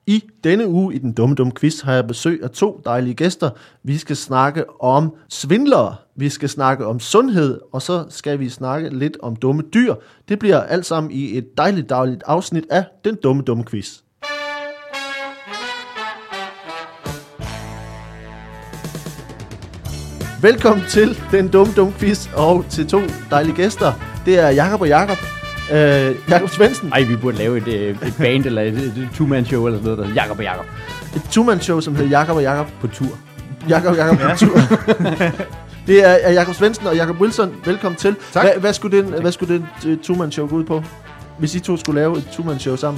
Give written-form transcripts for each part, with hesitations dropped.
I denne uge i den dumme quiz har jeg besøg af 2 dejlige gæster. Vi skal snakke om svindlere, vi skal snakke om sundhed, og så skal vi snakke lidt om dumme dyr. Det bliver alt sammen i et dejligt afsnit af den dumme quiz. Velkommen til den dumme quiz og til 2 dejlige gæster. Det er Jakob og Jakob. Jakob Svendsen. Ej, vi burde lave et band eller et two-man-show eller sådan noget. Jakob og Jakob. Et two-man-show, som hedder Jakob og Jakob på tur. Jakob og Jakob på tur. Det er Jakob Svendsen og Jakob Wilson. Velkommen til. Tak. Hvad skulle den two-man-show gå ud på? Hvis I to skulle lave et two-man-show sammen?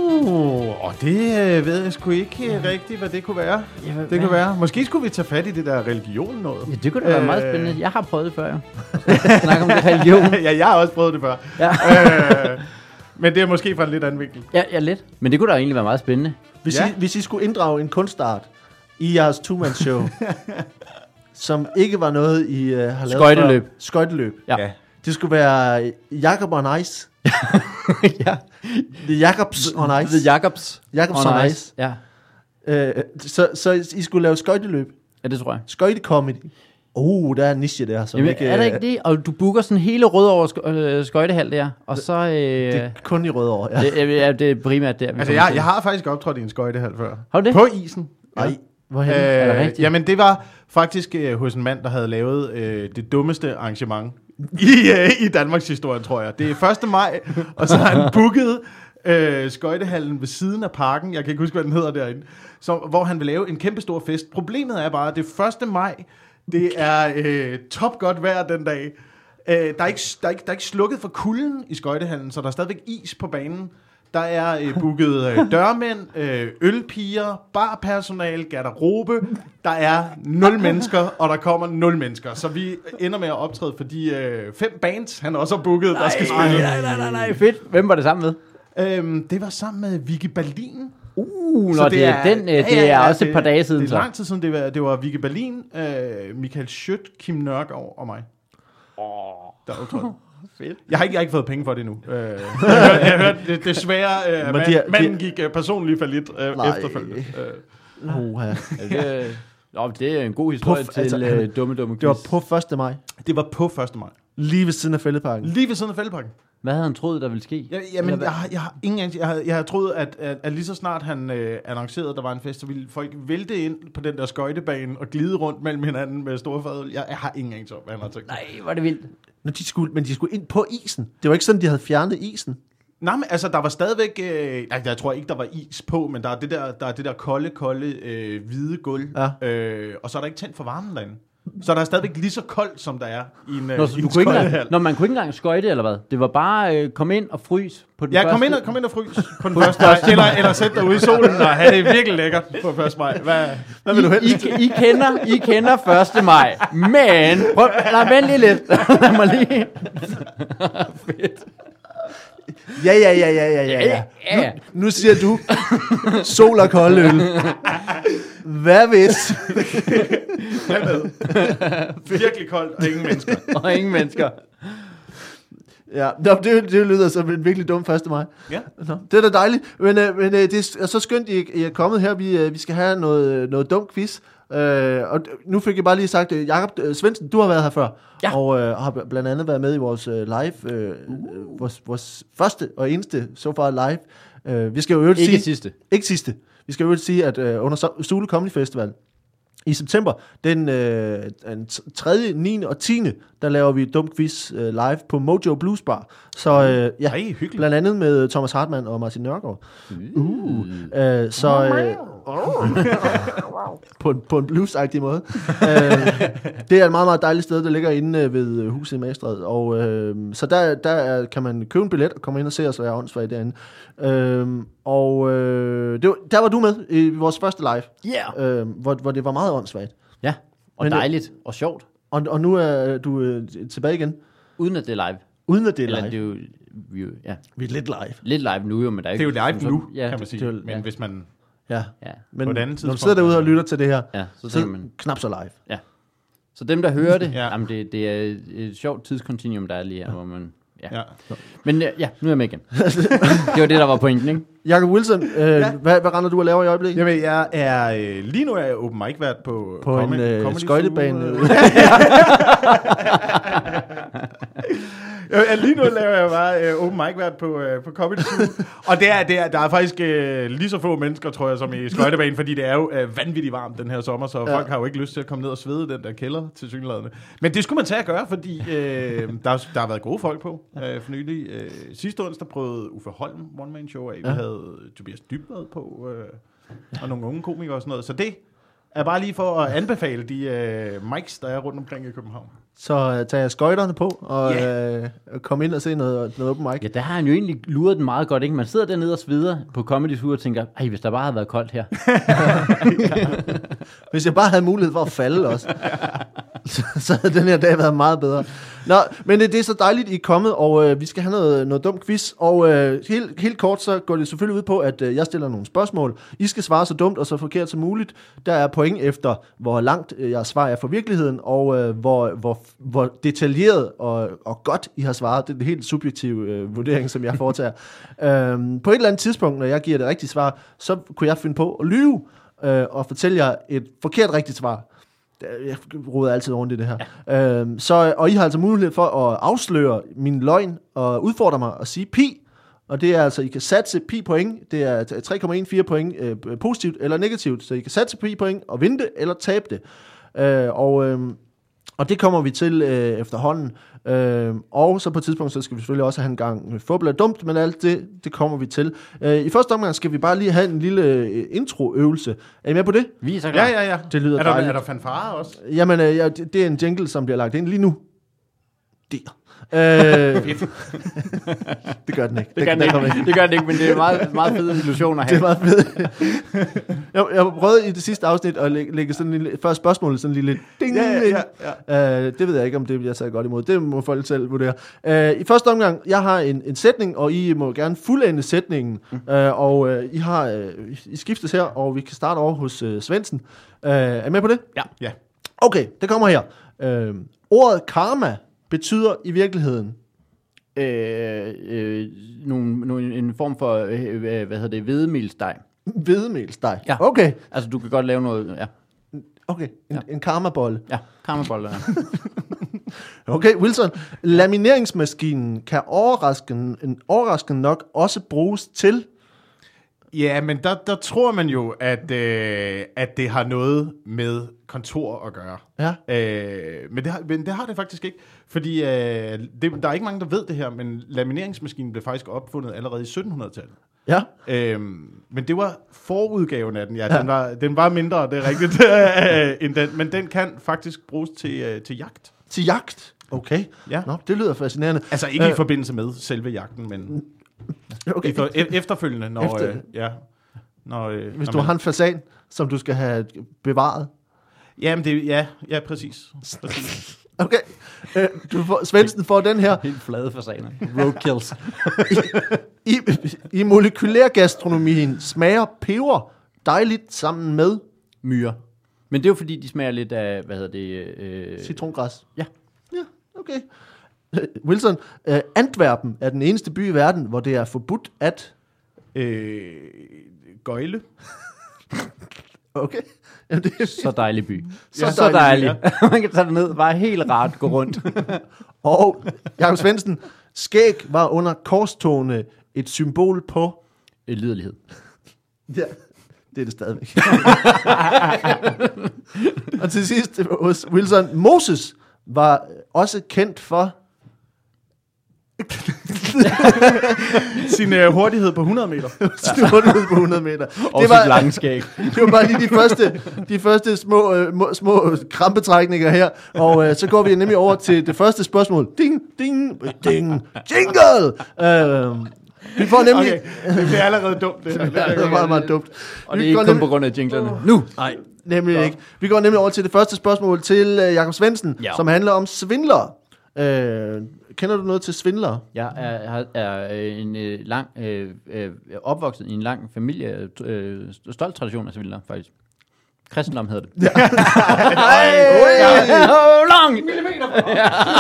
Det ved jeg sgu ikke rigtigt, hvad det kunne være. Ja, det kunne være. Måske skulle vi tage fat i det der religion noget. Ja, det kunne da være meget spændende. Jeg har prøvet det før, jo. Snakke om det religion. Ja, jeg har også prøvet det før. Ja. Men det er måske fra en lidt anden vinkel. Ja, lidt. Men det kunne da egentlig være meget spændende. Hvis I skulle inddrage en kunstart i jeres two-man-show, som ikke var noget, I har lavet Skøjteløb. Ja. Det skulle være Jakob on Ice. Ja. The Jacobs on Ice. The Jacobs on Ice. Ja. Så I skulle lave skøjteløb. Ja, det tror jeg. Skøjtekomedy. Der er en niche der. Som Jamen, ikke, er der ikke det? Og du booker sådan hele Rødovre skøjtehal der, og så... det er kun i Rødovre, ja. Det er primært der. Altså, jeg har faktisk optrådt i en skøjtehal før. Har du det? På isen. Nej. Hvorhen? Er det rigtigt? Jamen, det var faktisk hos en mand, der havde lavet det dummeste arrangement i Danmarks historie, tror jeg. Det er 1. maj, og så har han booket skøjtehallen ved siden af parken. Jeg kan ikke huske, hvad den hedder derinde. Hvor han vil lave en kæmpe stor fest. Problemet er bare, at det er 1. maj. Det er top godt vejr den dag. Der er ikke slukket for kulden i skøjtehallen, så der er stadigvæk is på banen. Der er booket dørmænd, ølpiger, barpersonale, garderobe. Der er 0 mennesker, og der kommer 0 mennesker. Så vi ender med at optræde for de 5 bands, han også har booket, der skal spille. Nej, fedt. Hvem var det sammen med? Det var sammen med Vicky Berlin. Det er også et par dage siden. Det er lang tid siden, det var Vicky Berlin, Michael Schødt, Kim Nørgaard og mig. Der optrådte. Fedt. Jeg har ikke fået penge for det endnu. Jeg hørte desværre, manden gik personligt fallit efterfølgende. Det er en god historie til dumme quiz. Det var på 1. maj. Det var på 1. maj. Lige ved siden af Fælledparken. Lige ved siden af Fælledparken. Hvad havde han troet, der ville ske? Jeg har ingen anelse. Jeg har troet, at lige så snart han annoncerede, at der var en fest, så ville folk vælte ind på den der skøjtebane og glide rundt mellem hinanden med store fadøl. Jeg har ingen anelse om, hvad han har tænkt. Nej, var det vildt. Men de skulle ind på isen. Det var ikke sådan, de havde fjernet isen. Nej, men altså, der var stadigvæk... jeg tror ikke, der var is på, men der er det der kolde, hvide gulv. Ja. Og så er der ikke tændt for varmen derinde. Så der er stadigvæk lige så koldt, som der er i en skøjtehal. Man kunne ikke engang skøjte, eller hvad? Det var bare komme ind og frys på den første... Ja, kom ind og frys på den første maj. Eller sæt dig ude i solen og have det virkelig lækkert på 1. maj. Hvad vil du helst? I kender 1. maj, men... vent lige lidt. Lad mig lige... Fedt. Ja. Nu siger du sol og kold øl. Hvad hvis? Virkelig koldt og ingen mennesker. Ja, det lyder som en virkelig dum 1. maj. Ja. Det er da dejligt. Men det er så skønt, I er kommet her. Vi skal have noget dum quiz. Og nu fik jeg bare lige sagt, Jakob Svendsen, du har været her før, ja. Og har blandt andet været med i vores live, vores første og eneste so far live. Vi skal jo ikke sidste. Vi skal jo sige, at under Zulu Comedy Festival i september, den 3., 9. og 10. der laver vi dum quiz live på Mojo Blues Bar. Så blandt andet med Thomas Hartmann og Martin Nørgaard. På en bluesagtig måde. Det er et meget, meget dejligt sted, der ligger inde ved huset i Magstræde. Og så der kan man købe en billet og komme ind og se os, og jeg er åndssvagt derinde. Der var du med i vores første live. Yeah. Hvor det var meget åndssvagt. Ja, og dejligt og sjovt. Og nu er du tilbage igen. Uden at det er live. Uden at det er live. Eller det er jo, ja. Vi er lidt live. Lidt live nu jo, men der er ikke... Det er jo live nu, ja, kan man sige. Men hvis man... Ja. Men på et andet når du sidder derude og lytter til det her, så man knap så live. Ja. Så dem, der hører det, jamen det er et sjovt tidskontinuum, der er lige her, hvor man... Ja. Men nu er jeg med igen. Det var det, der var pointen, ikke? Jacob Wilson, hvad render du og laver i øjeblikket? Jamen, jeg er lige nu er jeg open mic vært på en skøjtebane. Lige nu laver jeg bare open mic vært på Comedy Zoo. Og der er faktisk lige så få mennesker, tror jeg, som i skøjtebanen, fordi det er jo vanvittigt varmt den her sommer, så folk har jo ikke lyst til at komme ned og svede den der kælder til synligheden. Men det skulle man tage at gøre, fordi der har været gode folk på for nylig. Sidste onsdag prøvede Uffe Holm one-man show af. Vi havde Tobias Dybvad på, og nogle unge komikere og sådan noget. Så det er bare lige for at anbefale de mics, der er rundt omkring i København. Så tager jeg skøjterne på og kom ind og se noget open mic. Ja, der har han jo egentlig luret den meget godt, ikke? Man sidder dernede og sveder på Comedy Zoo og tænker, hvis der bare havde været koldt her. Hvis jeg bare havde mulighed for at falde også, så havde den her dag været meget bedre. Nå, men det er så dejligt, I er kommet, og vi skal have noget dumt quiz. Og helt kort, så går det selvfølgelig ud på, at jeg stiller nogle spørgsmål. I skal svare så dumt og så forkert som muligt. Der er point efter, hvor langt jeg svarer fra virkeligheden, og hvor detaljeret og godt I har svaret. Det er en helt subjektiv vurdering, som jeg foretager. På et eller andet tidspunkt, når jeg giver det rigtige svar, så kunne jeg finde på at lyve og fortælle jer et forkert rigtigt svar. Jeg roder altid rundt i det her. Ja. Og I har altså mulighed for at afsløre min løgn og udfordre mig og sige pi. Og det er altså, I kan satse pi-point. Det er 3,14 point positivt eller negativt. Så I kan satse pi-point og vinde det eller tabe det. Og det kommer vi til efterhånden. Og så på et tidspunkt, så skal vi selvfølgelig også have en gang fodbold er dumt, men alt det kommer vi til. I første omgang skal vi bare lige have en lille introøvelse. Er I med på det? Vi er så klar. Ja. Det lyder dejligt. Er der fanfare også? Jamen, det er en jingle, som bliver lagt ind lige nu. Der. Det gør den ikke. Det gør den ikke, men det er meget, meget fede illusioner her. Det er meget fedt. Jeg prøvede i det sidste afsnit at lægge sådan en lille, før spørgsmålet sådan en lille ding. Ja. Det ved jeg ikke, om det bliver taget godt imod. Det må folk selv vurdere. I første omgang, jeg har en sætning, og I må gerne fuldende sætningen. Og I skiftes her, og vi kan starte over hos Svendsen. Er I med på det? Ja. Okay, det kommer her. Ordet karma betyder i virkeligheden en form for hvedemelsdej. Hvedemelsdej? Ja. Okay. Altså du kan godt lave noget, ja. Okay, en karmabolle. Ja, karmabolle, ja. Okay, Wilson. Lamineringsmaskinen kan overraskende nok også bruges til... Ja, men der tror man jo, at det har noget med kontor at gøre. Ja. Men det har det faktisk ikke, fordi der er ikke mange, der ved det her, men lamineringsmaskinen blev faktisk opfundet allerede i 1700-tallet. Ja. Men det var forudgaven af den. Ja. Den var mindre, det er rigtigt, end den, men den kan faktisk bruges til jagt. Til jagt? Okay. Ja. Nå, det lyder fascinerende. Altså ikke i forbindelse med selve jagten, men... Okay. Efterfølgende, hvis du har en fasan, som du skal have bevaret. Jamen, ja, præcis. Okay, Svendsen får den her. Helt flade fasaner. Roadkills. I molekylærgastronomien smager peber dejligt sammen med myrer. Men det er jo fordi, de smager lidt af, citrongræs. Ja. Ja, okay. Wilson, Antwerpen er den eneste by i verden, hvor det er forbudt at... gøjle. Okay. Jamen, det er... Så dejlig by. Så dejlig. Ja. Man kan tage det ned, bare helt rart gå rundt. Og Jakob Svendsen, skæg var under korstogene et symbol på... liderlighed. Ja, det er det stadigvæk. Og til sidst hos Wilson, Moses var også kendt for... sin hurtighed på 100 meter. Sin hurtighed på 100 meter. Og sit lange skæg. Det var bare lige de første små krampetrækninger her. Og så går vi nemlig over til det første spørgsmål. Ding, ding, ding, jingle! Vi får nemlig... Okay, det bliver allerede dumt. Det er meget, meget dumt. Og det er ikke kun på grund af jinglerne. Nu! Nej, nemlig ikke. Vi går nemlig over til det første spørgsmål til Jakob Svendsen, som handler om svindlere. Kender du noget til svindlere? Jeg er opvokset i en lang familie, stolt tradition af svindlere, faktisk. Kristendom hedder det. Lang millimeter.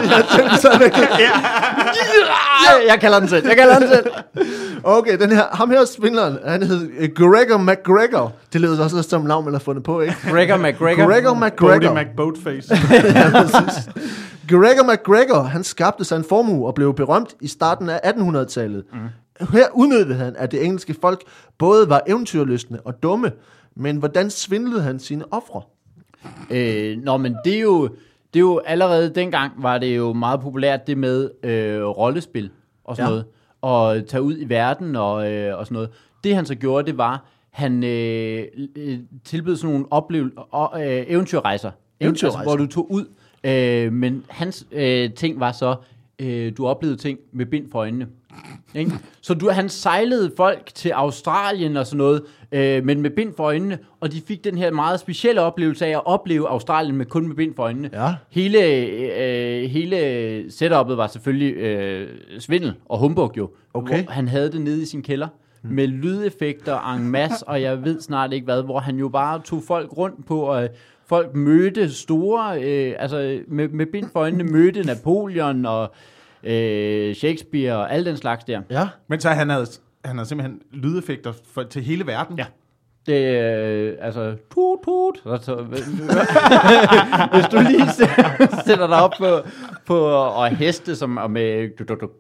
Jeg kalder den selv. Okay, ham her svindleren, han hed Gregor McGregor. Det lyder også som navn, man har fundet på, ikke? Gregor McGregor. Brody McBoatface. Gregor McGregor, han skabte sig en formue og blev berømt i starten af 1800-tallet. Her udnyttede han, at det engelske folk både var eventyrlystne og dumme. Men hvordan svindlede han sine ofre? Men det er jo allerede dengang var det jo meget populært det med rollespil og sådan noget. Og tage ud i verden og sådan noget. Det han så gjorde, det var, han tilbød sådan nogle eventyrrejser, hvor du tog ud. Men hans ting var så, du oplevede ting med bind for øjnene. Ikke? Så han sejlede folk til Australien og sådan noget, men med bind for øjnene, og de fik den her meget specielle oplevelse af at opleve Australien med bind for øjnene. Ja. Hele setup'et var selvfølgelig svindel og humbug jo. Okay. Han havde det nede i sin kælder med lydeffekter en masse, og jeg ved snart ikke hvad, hvor han jo bare tog folk rundt på, og folk mødte store, med bind for øjnene mødte Napoleon og Shakespeare og alle den slags der. Ja. Men så han havde simpelthen lydeffekter til hele verden? Ja. Det tut. Hvis du lige sætter dig op på og heste som og med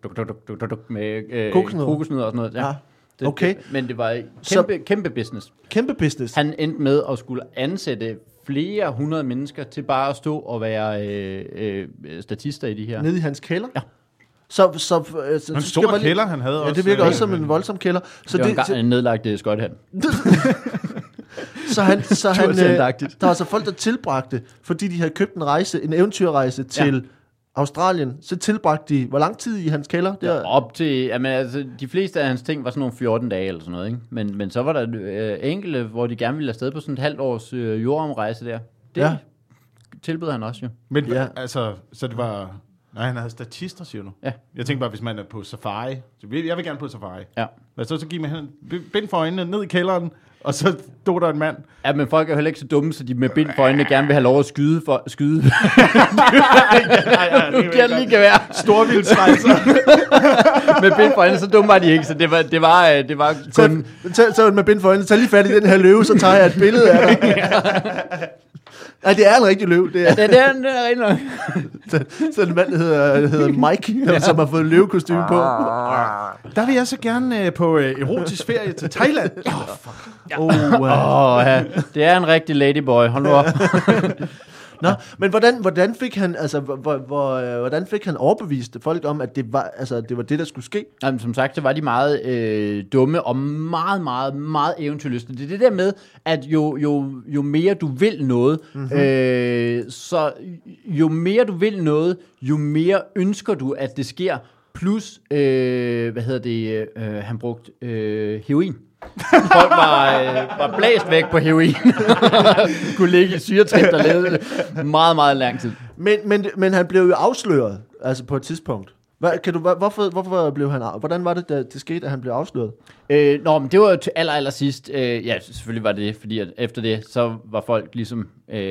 kokosnødder og sådan noget. Ja. Okay. Men det var kæmpe business. Kæmpe business. Han endte med at skulle ansætte flere hundrede mennesker til bare at stå og være statister i de her. Nede i hans kælder? Ja. Så en stor kælder, han havde også. Ja, det virker også som en voldsom kælder. Så det var en nedlagt skøjtehal. så han der var så folk, der tilbragte, fordi de havde købt en eventyrrejse til Australien, så tilbragte de, hvor lang tid i hans kælder? Op til, de fleste af hans ting var sådan nogle 14 dage eller sådan noget, ikke? Men så var der enkelte, hvor de gerne ville afsted på sådan et halvt års jordomrejse der. Det tilbød han også jo. Men så det var... Nej, han havde statister, siger du? Ja. Jeg tænker bare, hvis man er på safari. Jeg vil gerne på safari. Ja. Så giver man bind for øjnene ned i kælderen, og så stod der en mand. Ja, men folk er heller ikke så dumme, så de med bind for øjnene gerne vil have lov at skyde. Nu kan det lige være. Storvildsrejser. Med bind for øjnene, så dumme var de ikke, så det var kun... Så med bind for øjnene, tag lige fat i den her løve, så tager jeg et billede af dig. Nej, det er en rigtig løv. Det er en rigtig nok. Så en mand, der hedder Mike, som har fået løvekostyme på. Der vil jeg så gerne på erotisk ferie til Thailand. Det er en rigtig ladyboy. Hold nu op. Nå, men hvordan fik han hvordan fik han overbevist folk om, at det var det, der skulle ske? Jamen, som sagt, så var de meget dumme og meget, meget, meget eventyrlystne. Det er det der med, at jo mere du vil noget, så jo mere du vil noget, jo mere ønsker du, at det sker. Plus, han brugte heroin. Folk var blæst væk på heroin. Kunne ligge i syretrip, der levede meget, meget lang tid. Men han blev jo afsløret, altså på et tidspunkt. Hvorfor blev han hvordan var det, da det skete, at han blev afsløret? Men det var til aller sidst. Ja, selvfølgelig var det, fordi at efter det, så var folk ligesom...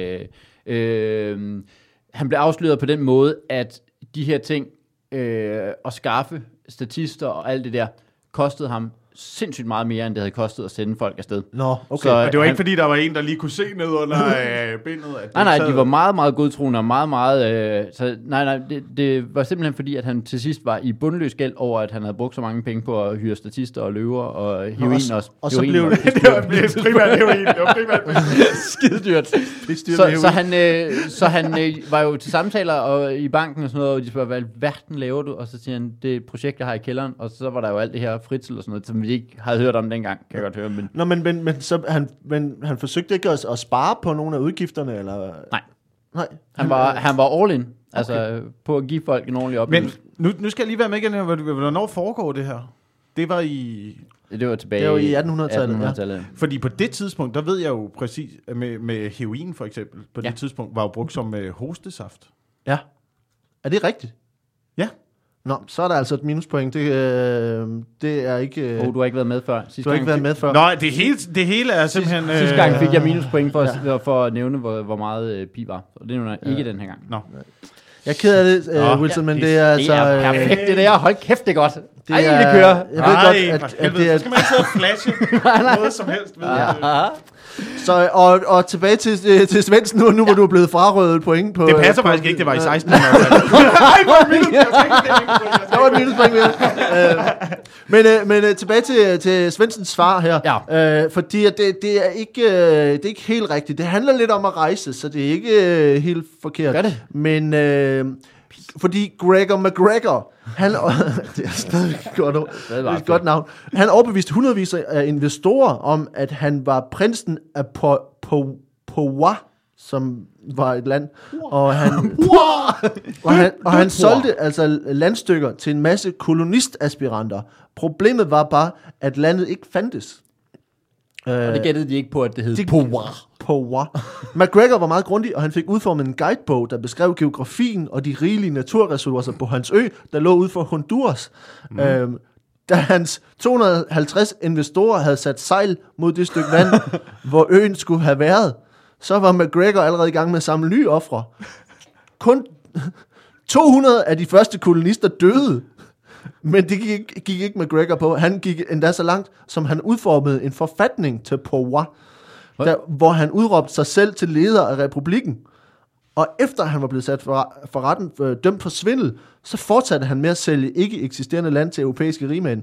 han blev afsløret på den måde, at de her ting, at skaffe statister og alt det der, kostede ham sindssygt meget mere, end det havde kostet at sende folk afsted. Nå, okay. Så og det var ikke, fordi der var en, der lige kunne se ned under bindet? Nej, de var meget, meget godtroende og meget, meget... det var simpelthen fordi, at han til sidst var i bundløs gæld over, at han havde brugt så mange penge på at hyre statister og løver og heroin også. Og så blev det... Det var primært heroin. Det var primært skidedyrt. Så han var jo til samtaler og i banken og sådan noget, og de spurgte, hvad verden laver du? Og så siger han, det projekt, jeg har i kælderen, og så var der jo alt det her fritsel og sådan noget, som vi ikke havde hørt om dengang, kan jeg godt høre. Men... Nå, men han forsøgte ikke at spare på nogle af udgifterne, eller? Nej. Han var all in, altså på at give folk en ordentlig oplevelse. Men nu skal jeg lige være med igen, hvornår foregår det her? Det var i... Det var tilbage i 1800-tallet. Ja. Fordi på det tidspunkt, der ved jeg jo præcis, med heroin for eksempel, på det tidspunkt var jo brugt som hostesaft. Ja. Er det rigtigt? Ja. Nå, så er der altså et minuspoint. Det er ikke... Du har ikke været med før. Du har ikke været med før. Nå, det hele er simpelthen... Sidste gang fik jeg minuspoint for at nævne, hvor meget pi var. Og det er ikke den her gang. Nå. Jeg er ked af det, Wilson, men det er altså... Det er perfekt, det der. Hold kæft, det er godt. Det kører. Jeg ved godt, at det er... Så skal man ikke sidde og flashe noget som helst ved. Ja. Så, og tilbage til Svendsen nu hvor du er blevet frarøvet point på... Det passer faktisk ikke, det var i 16. Nej, der var et minuspoint mere. Men tilbage til Svendsens svar her. Ja. Fordi at det er ikke helt rigtigt. Det handler lidt om at rejse, så det er ikke helt forkert. Gør det? Men... fordi Gregor McGregor, han det er stadig et godt navn. Han overbeviste hundredvis af investorer om, at han var prinsen af Powa, som var et land, og han solgte altså landstykker til en masse kolonistaspiranter. Problemet var bare, at landet ikke fandtes. Og det gættede de ikke på, at det hed Powa. McGregor var meget grundig, og han fik udformet en guidebog, der beskrev geografien og de rigelige naturressourcer på hans ø, der lå ud for Honduras. Da hans 250 investorer havde sat sejl mod det stykke vand, hvor øen skulle have været, så var McGregor allerede i gang med at samle nye ofre. Kun 200 af de første kolonister døde. Men det gik ikke McGregor på. Han gik endda så langt, som han udformede en forfatning til Powa, hvor han udråbte sig selv til leder af republikken. Og efter han var blevet sat for retten, dømt for svindel, så fortsatte han med at sælge ikke eksisterende land til europæiske rigmænd.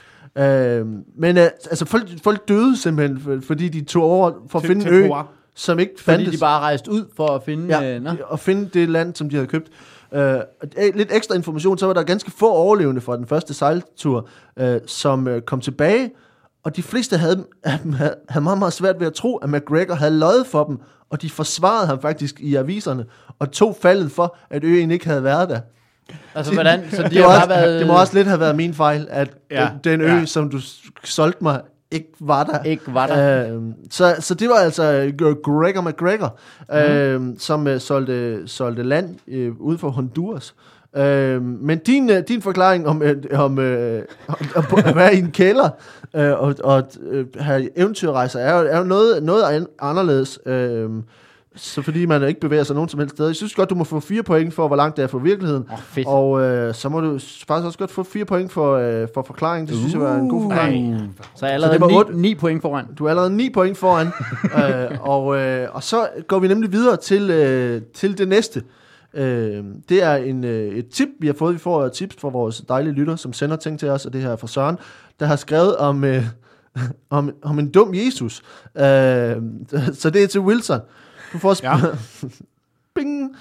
Men altså folk døde simpelthen, fordi de tog over for at finde en ø, som ikke fandtes. Fordi de bare rejste ud for at finde... og finde det land, som de havde købt. Lidt ekstra information, så var der ganske få overlevende fra den første sejltur, som kom tilbage, og de fleste havde meget, meget svært ved at tro, at McGregor havde løjet for dem, og de forsvarede ham faktisk i aviserne, og tog faldet for, at øen ikke havde været der. Altså, hvordan? Så de har bare været... Det må også lidt have været min fejl, at den ø, som du solgte mig, ikke var der. Så det var altså Gregor McGregor, som solgte land ude for Honduras. Men din forklaring om at være i en kælder og have eventyrrejser er jo noget anderledes. Så fordi man ikke bevæger sig nogen som helst sted. Jeg synes godt, du må få 4 point for, hvor langt det er fra virkeligheden. Og så må du faktisk også godt få 4 point for forklaring. Det synes jeg var en god forklaring. Så er allerede 9 point foran. Du er allerede 9 point foran. Og så går vi nemlig videre til det næste. Det er et tip, vi har fået. Vi får tips fra vores dejlige lytter, som sender ting til os, og det her er fra Søren, der har skrevet om en dum Jesus. Så det er til Wilson. Du får Bing!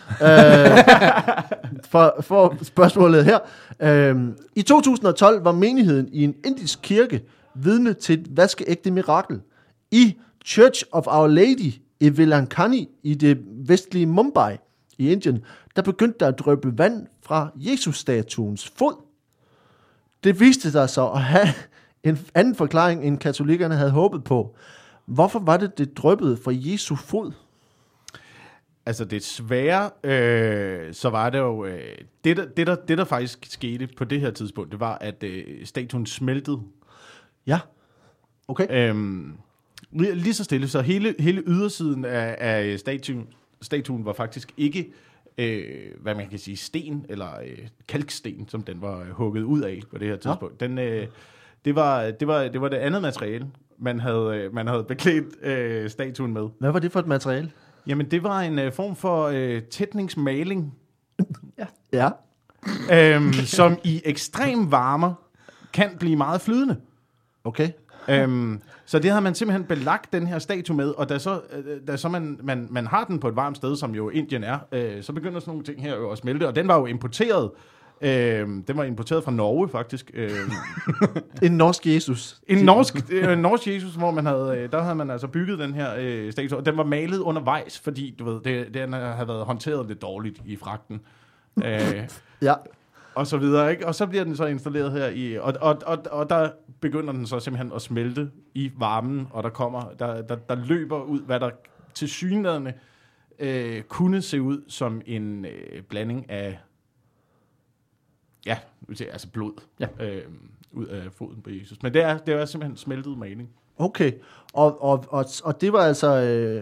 For spørgsmålet her. I 2012 var menigheden i en indisk kirke vidne til et vaskeægte mirakel. I Church of Our Lady i Velankani i det vestlige Mumbai i Indien, der begyndte der at dryppe vand fra Jesus-statuens fod. Det viste sig så at have en anden forklaring, end katolikkerne havde håbet på. Hvorfor var det dryppede fra Jesu fod? Altså desværre, så var det jo, det der faktisk skete på det her tidspunkt, det var, at statuen smeltede. Ja, okay. Lige så stille, så hele ydersiden af statuen var faktisk ikke, hvad man kan sige, sten, eller kalksten, som den var hugget ud af på det her tidspunkt. Det var det andet materiale, man havde beklædt statuen med. Hvad var det for et materiale? Jamen, det var en form for tætningsmaling. Ja. Som i ekstrem varme kan blive meget flydende. Okay. Så det havde man simpelthen belagt den her statue med, og da så man har den på et varmt sted, som jo Indien er, så begynder sådan nogle ting her jo at smelte, og den var jo importeret. Den var importeret fra Norge, faktisk. En norsk Jesus. En norsk Jesus, hvor der havde man altså bygget den her statue, og den var malet undervejs, fordi, du ved, den havde været håndteret lidt dårligt i fragten. Ja. Og så videre, ikke? Og så bliver den så installeret her i... Og der begynder den så simpelthen at smelte i varmen, og der løber ud, hvad der tilsyneladende kunne se ud som en blanding af Ja, altså blod ud af foden på Jesus. Men det er simpelthen smeltet maling. Okay, og det var altså...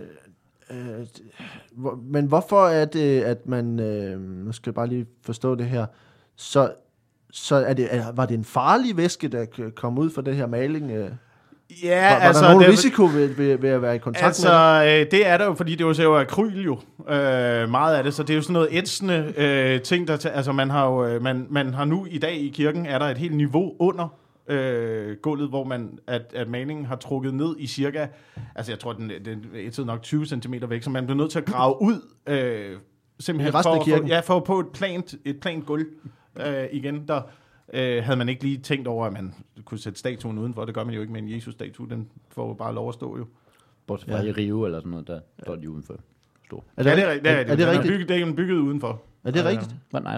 men hvorfor er det, at man... nu skal jeg bare lige forstå det her. Så var det en farlig væske, der kom ud fra den her maling? Ja, var der nogen risiko ved at være i kontakt med det? Det er der jo, fordi det jo er akryl jo, meget af det, så det er jo sådan noget ætsende ting, der altså man har jo, man har nu i dag i kirken, er der et helt niveau under gulvet, hvor at malingen har trukket ned i cirka, altså jeg tror, den er nok 20 cm væk, så man bliver nødt til at grave ud, simpelthen for at få et plant gulv igen, der havde man ikke lige tænkt over, at man kunne sætte statuen udenfor. Det gør man jo ikke med en Jesus-statue. Den får bare lov at stå jo. Bortset fra i Rio eller sådan noget, der står de udenfor. Er det rigtigt? Det er bygget udenfor. Er det rigtigt? Nej.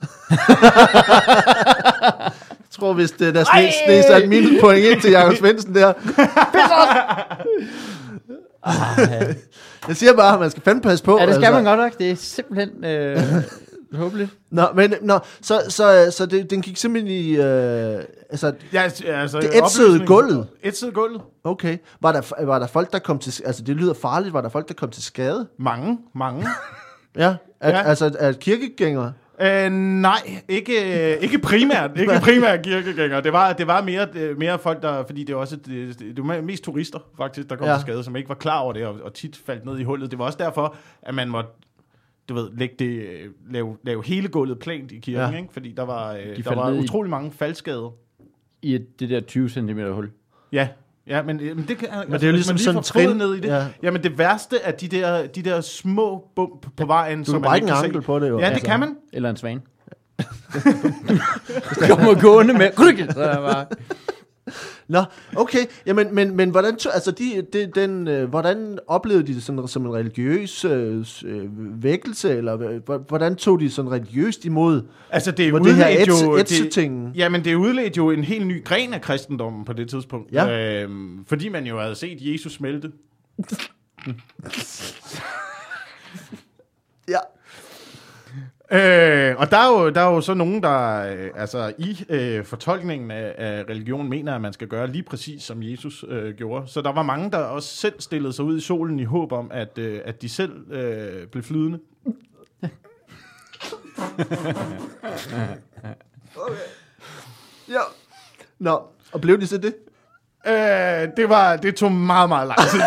Jeg tror, hvis der snes et minuspoint ind til Jakob Svendsen der. Jeg siger bare, at man skal fandme passe på. Ja, det skal man godt nok. Det er simpelthen håbeligt. Så den gik simpelthen i... det ætsede gulvet. Ætsede gulvet. Okay. Var der folk, der kom til... Altså, det lyder farligt. Var der folk, der kom til skade? Mange. Ja, at kirkegængere? Nej, ikke primært. Ikke primært kirkegængere. Det var mere folk, der... Fordi det var også... Det var mest turister, faktisk, der kom til skade, som ikke var klar over det, og tit faldt ned i hullet. Det var også derfor, at man måtte... Du ved, lave hele gulvet plant i kirken, ikke? Fordi der var utrolig mange faldskader. I det der 20 cm hul? Ja, men det kan... Men det er jo ligesom sådan en trin ned i det. Ja. Jamen det værste er de der små bump på vejen, som man ikke kan ankel på det jo. Ja, det kan man. Eller en svane. Kommer gående med... Så er bare... Nå, okay. Jamen, men hvordan, hvordan oplevede de det sådan, som en religiøs vækkelse, eller hvordan tog de sådan religiøst imod det her men det udledte jo en helt ny gren af kristendommen på det tidspunkt. Ja. Fordi man jo havde set Jesus smelte. Ja. Og der er jo så nogen, der i fortolkningen af religion mener, at man skal gøre lige præcis, som Jesus gjorde. Så der var mange, der også selv stillede sig ud i solen i håb om, at de selv blev flydende. Okay. Ja. Nå, og blev de så det? Det tog meget, meget lang tid.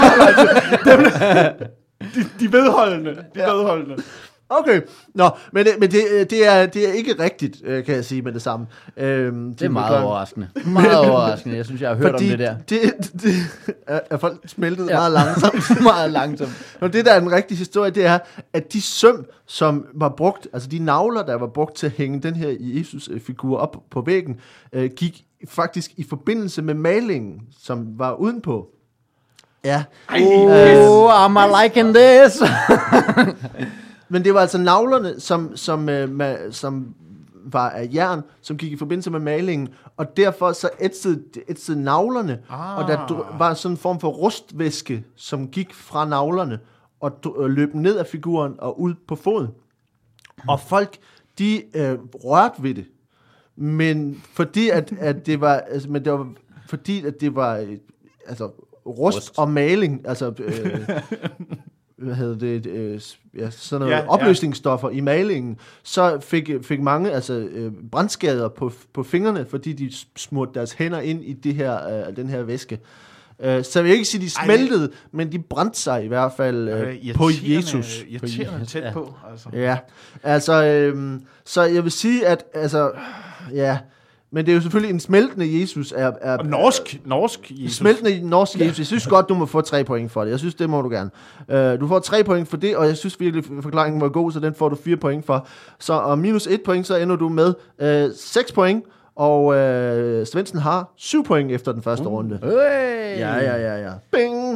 De vedholdende. Vedholdende. Okay, nå, men det er ikke rigtigt, kan jeg sige med det samme. Det er meget overraskende. Meget overraskende. Jeg synes, jeg har hørt om det der. Det er folk smeltet meget langsomt. Meget langsomt. Og det, der er den rigtige historie, det er, at de søm, som var brugt, altså de navler, der var brugt til at hænge den her Jesus-figur op på væggen, gik faktisk i forbindelse med malingen, som var udenpå. Ja. Am I liking this? Men det var altså navlerne, som var af jern, som gik i forbindelse med malingen, og derfor så ætsede navlerne, og der var sådan en form for rustvæske, som gik fra navlerne, og løb ned af figuren og ud på foden. Og folk, de rørte ved det, men fordi at det var, fordi at det var rust og maling, hvad hedder det, sådan noget opløsningsstoffer i malingen, så fik mange brandskader på fingrene, fordi de smurte deres hænder ind i den her væske. Så jeg vil ikke sige, de smeltede, men de brændte sig i hvert fald på Jesus. Irriterende tæt på. Altså. Ja, så jeg vil sige, at men det er jo selvfølgelig en smeltende Jesus. Og norsk Jesus. Smeltende norsk Jesus. Jeg synes godt, du må få 3 point for det. Jeg synes, det må du gerne. Du får 3 point for det, og jeg synes virkelig, forklaringen var god, så den får du 4 point for. Så og minus 1 point, så ender du med 6 point, og Svendsen har 7 point efter den første runde. Ja. Bing!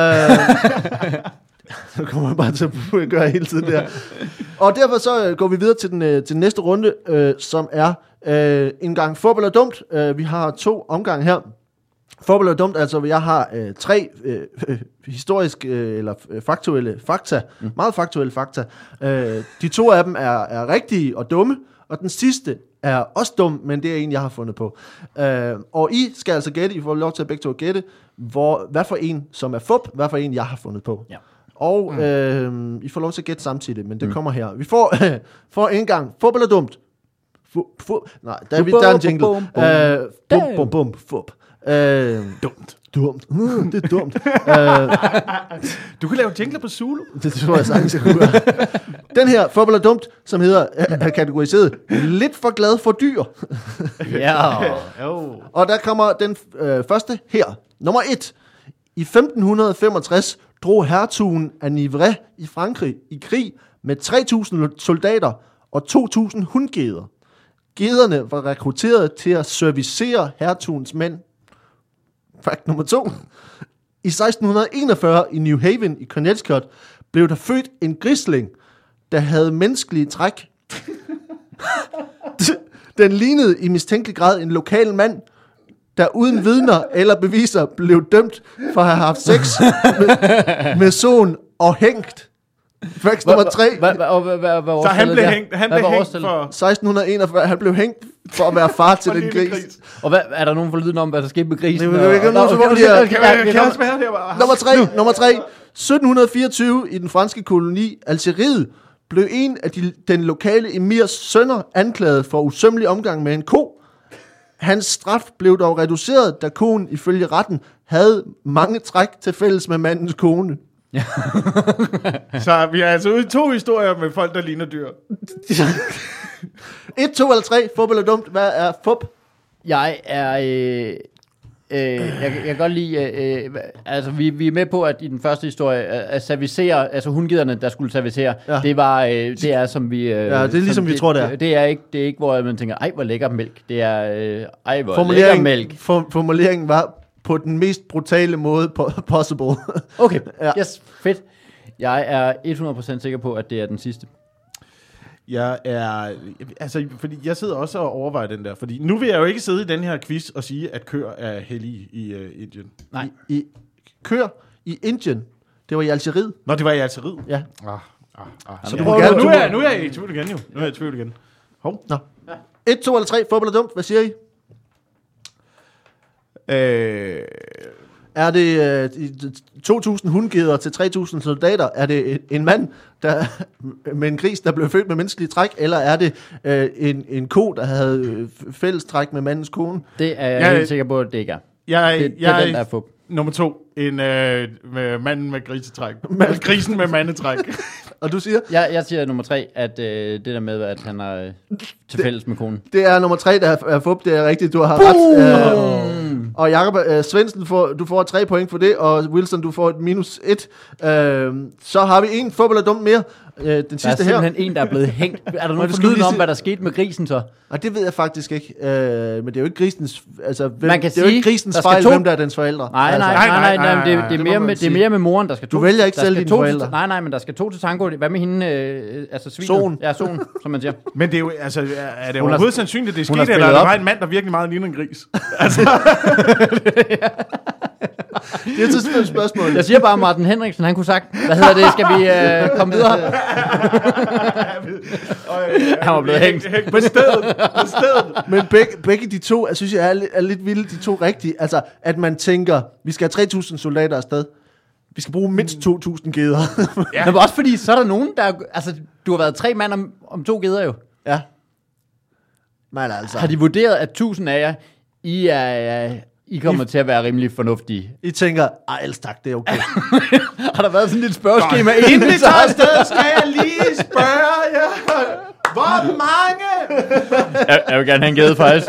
Så kommer man bare til at gøre hele tiden der. Og derfor så går vi videre til den næste runde, som er en gang fodbold er dumt. Vi har 2 omgange her. Fodbold er dumt, altså jeg har 3 historiske eller faktuelle fakta. Meget faktuelle fakta. De 2 af dem er rigtige og dumme, Og den sidste er også dum, men det er en, jeg har fundet på. Og I skal altså gætte, I får lov til at begge to gætte, hvad for en, som er fup, hvad for en, jeg har fundet på. Ja. Og I får lov til at gætte samtidig, men det kommer her. Vi får en gang fup eller dumt. Nej, der er en jingle. Fup. Dumt. Det er dumt. Du kan lave jingler på Zulu. Det tror jeg sagtens, jeg kunne gøre. Den her fup eller dumt, som hedder, er kategoriseret lidt for glad for dyr. Ja. Og der kommer den første her. Nummer 1. I 1565 drog hertugen af Nivray i Frankrig i krig med 3.000 soldater og 2.000 hundgeder. Gederne var rekrutteret til at servicere hertugens mænd. Fakt nummer 2. I 1641 i New Haven i Connecticut blev der født en grisling, der havde menneskelige træk. Den lignede i mistænkelig grad en lokal mand, der uden vidner eller beviser blev dømt for at have haft sex med son og hængt. Fakt nummer 3. Så han blev hængt for 1641. Han blev hængt for at være far til den gris. Og hvad, er der nogen forlyden om, hvad der skete med grisen? Nummer 3. 1724 i den franske koloni Algeriet blev en af den lokale emirs sønner anklaget for usømmelig omgang med en ko. Hans straf blev dog reduceret, da konen ifølge retten havde mange træk til fælles med mandens kone. Ja. Så vi er altså ude i 2 historier med folk, der ligner dyr. 1, 2 eller 3, fup eller dumt. Hvad er fup? Jeg er... jeg kan godt lide... altså, vi er med på, at i den første historie, at servicere, altså hundgederne, der skulle servicere, det er som vi... det er ligesom vi tror, det er. Det er ikke, hvor man tænker, ej, hvor lækker mælk. Det er, ej, hvor lækker mælk. Formuleringen var på den mest brutale måde possible. Okay, yes, fedt. Jeg er 100% sikker på, at det er den sidste. Jeg er... Altså, fordi jeg sidder også og overvejer den der. Fordi nu vil jeg jo ikke sidde i den her quiz og sige, at køer er hellige i Indien. Nej. Køer i Indien? Det var i Algeriet. Nå, det var i Algeriet? Ja. Så du gerne... Nu er jeg i tvivl igen, jo. Nu er jeg i tvivl igen. Hov. Nå. 1, 2 eller 3, fup eller dumt. Hvad siger I? Er det 2.000 hundgeder til 3.000 soldater? Er det en mand der, med en gris, der blev født med menneskelige træk? Eller er det en ko, der havde fællestræk med mandens kone? Det er jeg helt sikker på, at det ikke er. Det er den, der er fup. Nummer 2. Med manden med grisetræk. Grisen med mandetræk. Og du siger? Jeg siger nummer 3, at det der med, at han er til fælles med konen. Det er nummer 3, der er fup. Det er rigtigt, du har ret. Og Jakob Svendsen, du får 3 point for det, og Wilson, du får et -1. Så har vi en fup eller dumt mere. Den sidste her. Der er simpelthen en, der er blevet hængt. Er der nogen forlyden om, hvad der skete med grisen så? Og det ved jeg faktisk ikke. Men det er jo ikke grisens... Altså, det er jo ikke grisens fejl, hvem der er dens forældre. Nej, det er mere med moren, der skal to. Du vælger ikke selv dine forældre. Nej, men der skal 2 til tango. Hvad med hende? Altså svinen? Ja, solen, som man siger. Men det er jo, altså, er det overhovedet sandsynligt, det er sket, eller er der bare en mand, der virkelig meget ligner en gris? Altså... Det er et tidspunkt spørgsmål. Jeg siger bare, Martin Henriksen, han kunne sagt, hvad hedder det, skal vi komme videre? Han var blevet hængt. På stedet. Men begge de to, jeg synes, jeg er lidt vilde, de to rigtige. Altså, at man tænker, vi skal have 3.000 soldater afsted. Vi skal bruge mindst 2.000 geder. Ja. Men også fordi, så er der nogen, der... Altså, du har været 3 mand om 2 geder jo. Ja. Men altså... Har de vurderet, at 1.000 af jer, I kommer til at være rimelig fornuftige? I tænker, ellers tak, det er okay. Har der været sådan et spørgeskema? Inden vi tager afsted, skal jeg lige spørge jer. Hvor mange? Jeg vil gerne have en gede, faktisk.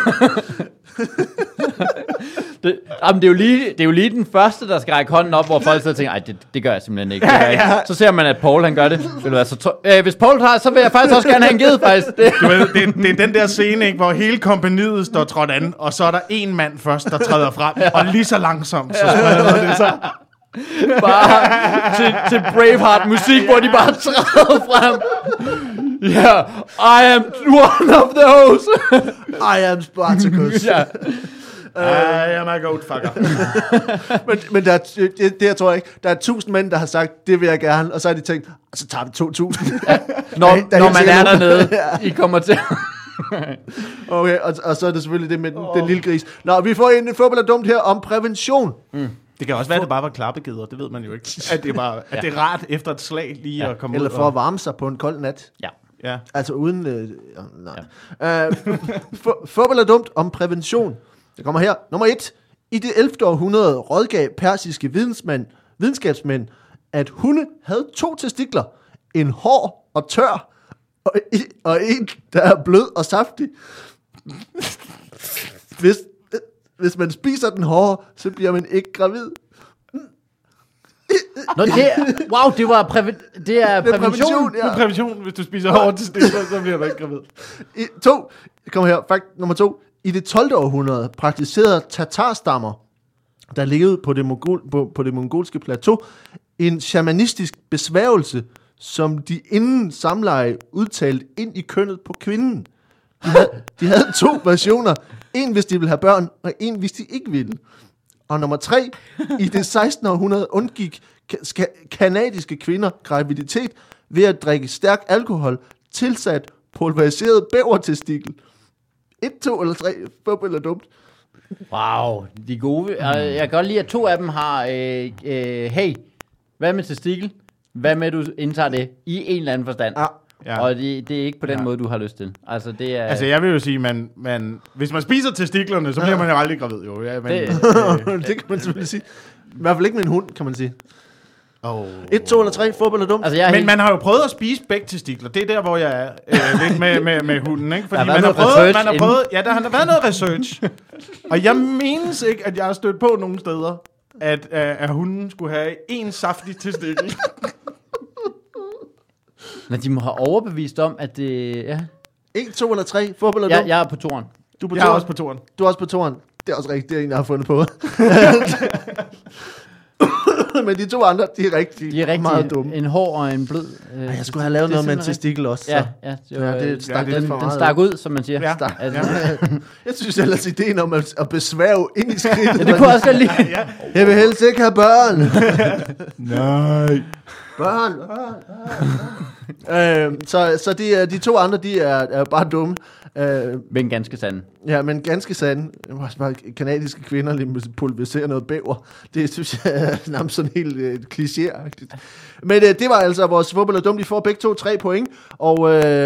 Det er jo lige den første, der skal række hånden op, hvor folk så tænker, det gør jeg simpelthen ikke. Så ser man, at Paul han gør det. Hvis Paul tager, så vil jeg faktisk også gerne have en ged, faktisk. Du ved, det er den der scene, ikke, hvor hele kompagniet står trådt an, og så er der en mand først, der træder frem, og lige så langsomt, så spreder det sig. Bare til Braveheart musik, hvor de bare træder frem. Yeah, I am one of those. I am Spartacus. I'm a goat fucker. men der er, det jeg tror ikke. Der er 1000 mænd, der har sagt, det vil jeg gerne, og så har de tænkt, så tager vi 2000. Når man er dernede, I kommer til. Okay, og så er det selvfølgelig det med den lille gris. Nå, vi får en fodbold er dumt her om prævention. Det kan også være, at det bare var klappegeder, det ved man jo ikke. At det er, bare, at det er rart efter et slag lige at komme Eller ud. for at varme sig på en kold nat. Ja. Altså uden... nej. Fodbold er dumt om prævention. Det kommer her. Nummer 1. I det 11. århundrede rådgav persiske videnskabsmænd, at hunde havde 2 testikler. En hård og tør, og en, der er blød og saftig. Hvis man spiser den hårde, så bliver man ikke gravid. Nå, det var det er prævention. Det er prævention, hvis du spiser hårdt til stikler, så bliver du ikke gravid. 2. Kom her, fakt nummer 2. I det 12. århundrede praktiserede tatarstammer, der levede på det mongolske plateau, en shamanistisk besværgelse, som de inden samleje udtalte ind i kønnet på kvinden. De havde 2 versioner. En, hvis de ville have børn, og en, hvis de ikke ville. Og nummer 3. I det 16. århundrede undgik kanadiske kvinder graviditet ved at drikke stærk alkohol, tilsat pulveriseret bævertestikel. 1, 2 eller 3. Fup eller dumt. Wow, de gode. Jeg kan godt lide, at 2 af dem har, hey, hvad med testikel? Hvad med, du indtager det i en eller anden forstand? Ja. Og det er ikke på den måde, du har lyst til. Altså, det er... altså jeg vil jo sige, hvis man spiser testiklerne, så bliver man jo aldrig gravid. Jo. Ja, men, det kan man selvfølgelig sige. I hvert fald ikke med en hund, kan man sige. 1, 2 eller 3, fodbold er dumt. Altså, men man har jo prøvet at spise begge testikler. Det er der, hvor jeg er lidt med hunden. Ikke? Fordi man har prøvet, ja, der har været noget research. Og jeg mindes ikke, at jeg har stødt på nogle steder, at hunden skulle have en saftig testikel. Men de må have overbevist om, at det... Ja. 1, 2 eller 3, fodbold er dumt. Jeg er på 2'eren. Jeg er også på 2'eren. Du er også på 2'eren. Det er også rigtigt, det er en, jeg har fundet på. Men de 2 andre, de er rigtig meget dumme. En hård og en blød. Jeg skulle have lavet noget med en testikel også. Så. Ja, den stak ud, som man siger. Ja. Jeg synes ellers ideen om at besværge ind i skridtet. Ja, det kunne også godt lide. Jeg vil helst ikke have børn. Nej. Børn. Så de 2 andre, de er bare dumme. Men ganske sande. Ja, men ganske sande. Bare kanadiske kvinder lige pulveriserer noget bæver. Det synes jeg er nærmest sådan helt klichéagtigt. Men det var altså vores fodbold er dumt. De får begge 2 3 point. Og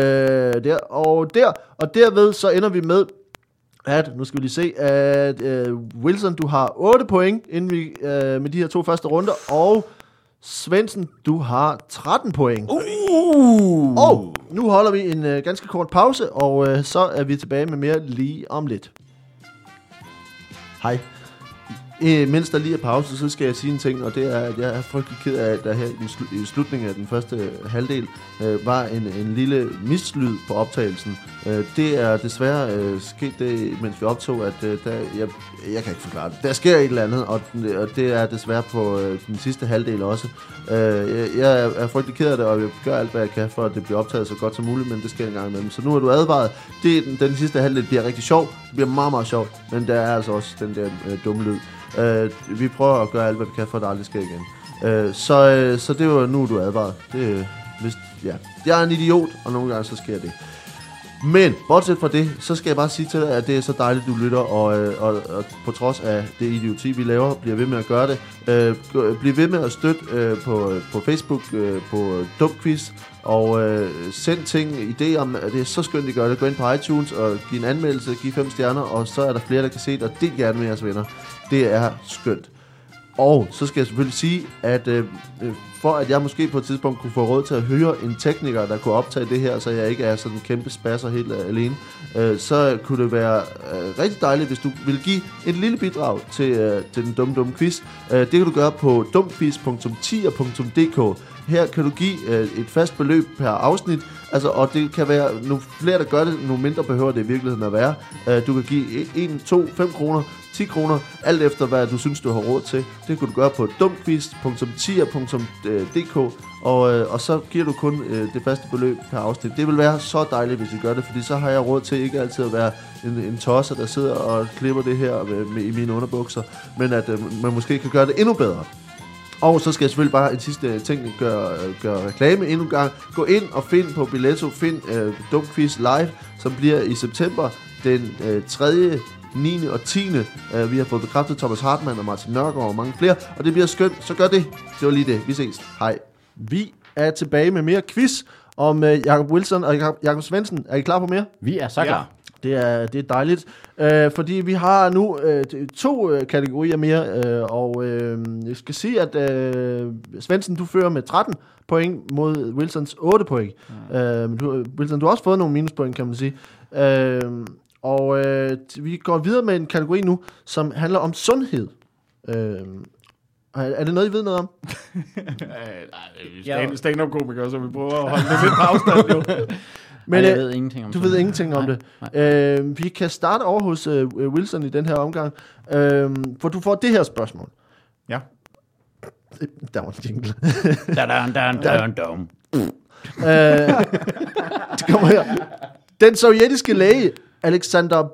derved så ender vi med, at nu skal vi lige se, at Wilson, du har 8 point inden vi, med de her 2 første runder, og Svendsen, du har 13 point. Og nu holder vi en ganske kort pause, og så er vi tilbage med mere lige om lidt. Hej. Mens der lige er pause, så skal jeg sige en ting, og det er, at jeg er frygtelig ked af, at der her i slutningen af den første halvdel var en lille mislyd på optagelsen. Det er desværre sket det, mens vi optog, at jeg kan ikke forklare det. Der sker et eller andet, og det er desværre på den sidste halvdel også. Jeg er frygtelig ked af det, og jeg gør alt, hvad jeg kan, for at det bliver optaget så godt som muligt, men det sker en gang imellem. Så nu er du advaret. Den sidste halvdel bliver rigtig sjov. Det bliver meget, meget sjovt, men der er altså også den der dumme lyd. Vi prøver at gøre alt, hvad vi kan, for at det aldrig sker igen. Så det var nu, du er advaret. Jeg er en idiot, og nogle gange så sker det. Men bortset fra det, så skal jeg bare sige til dig, at det er så dejligt, du lytter, og på trods af det idioti, vi laver, bliver ved med at gøre det. Bliv ved med at støtte på Facebook, på Dumquiz, og send ting, idéer om, at det er så skønt, I gør det. Gå ind på iTunes og giv en anmeldelse, giv 5 stjerner, og så er der flere, der kan se det, og del gerne med jeres venner. Det er skønt. Og så skal jeg selvfølgelig sige, at for at jeg måske på et tidspunkt kunne få råd til at høre en tekniker, der kunne optage det her, så jeg ikke er sådan en kæmpe spasser helt alene, så kunne det være rigtig dejligt, hvis du vil give et lille bidrag til den dumme quiz. Det kan du gøre på dumquiz.tier.dk. Her kan du give et fast beløb per afsnit, altså, og det kan være, nu flere der gør det, nu mindre behøver det i virkeligheden at være. Du kan give 1, 2, 5 kroner 10 kroner, alt efter hvad du synes, du har råd til. Det kan du gøre på dumquiz.tier.dk, og så giver du kun det faste beløb per afsnit. Det vil være så dejligt, hvis I gør det, fordi så har jeg råd til ikke altid at være en tosser, der sidder og klipper det her i mine underbukser, men at man måske kan gøre det endnu bedre. Og så skal jeg selvfølgelig bare en sidste ting gøre reklame endnu en gang. Gå ind og find på Billetto, find Dumquiz Live, som bliver i september den 3., 9. og 10. Vi har fået bekræftet Thomas Hartmann og Martin Nørgaard og mange flere, og det bliver skønt, så gør det. Det var lige det. Vi ses. Hej. Vi er tilbage med mere quiz om Jacob Wilson og Jacob Svendsen. Er I klar på mere? Vi er så klar. Det er dejligt, fordi vi har nu 2 kategorier mere, og jeg skal sige, at Svendsen, du fører med 13 point mod Wilsons 8 point. Wilson, du har også fået nogle minuspoint, kan man sige. Og vi går videre med en kategori nu, som handler om sundhed. Er det noget, I ved noget om? Nej, stand-up-komikere, så vi prøver at holde det lidt på afstand, jo. Men jeg ved ingenting om du ved ingenting om det. Vi kan starte over hos Wilson i den her omgang, for du får det her spørgsmål. Ja. Der var en jingle. Det kommer her. Den sovjetiske læge Alexander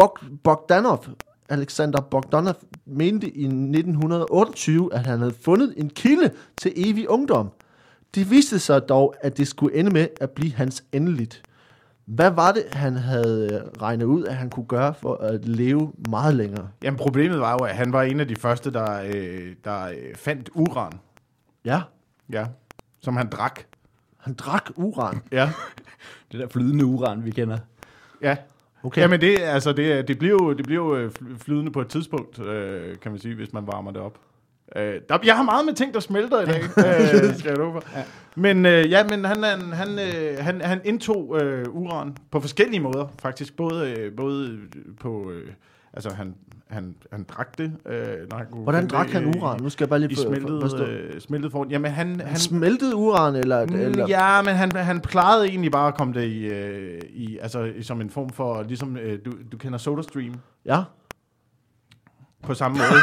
Bogdanov mente i 1928, at han havde fundet en kilde til evig ungdom. Det viste sig dog, at det skulle ende med at blive hans endeligt. Hvad var det, han havde regnet ud, at han kunne gøre for at leve meget længere? Jamen, problemet var jo, at han var en af de første, der fandt uran. Ja. Ja, som han drak. Han drak uran? Ja. Det der flydende uran, vi kender. Ja. Okay. Jamen, det bliver jo flydende på et tidspunkt, kan man sige, hvis man varmer det op. Jeg har meget med ting, der smelter i dag, skal jeg love for. Ja. Men han indtog uran på forskellige måder, faktisk. Både på... Han drak det. Når han kunne. Hvordan drak han uran? Nu skal jeg bare lige smeltet form. Jamen, han smeltede uran, eller? Ja, men han plejede egentlig bare at komme det i som en form for... Ligesom, du kender SodaStream? Ja. På samme måde.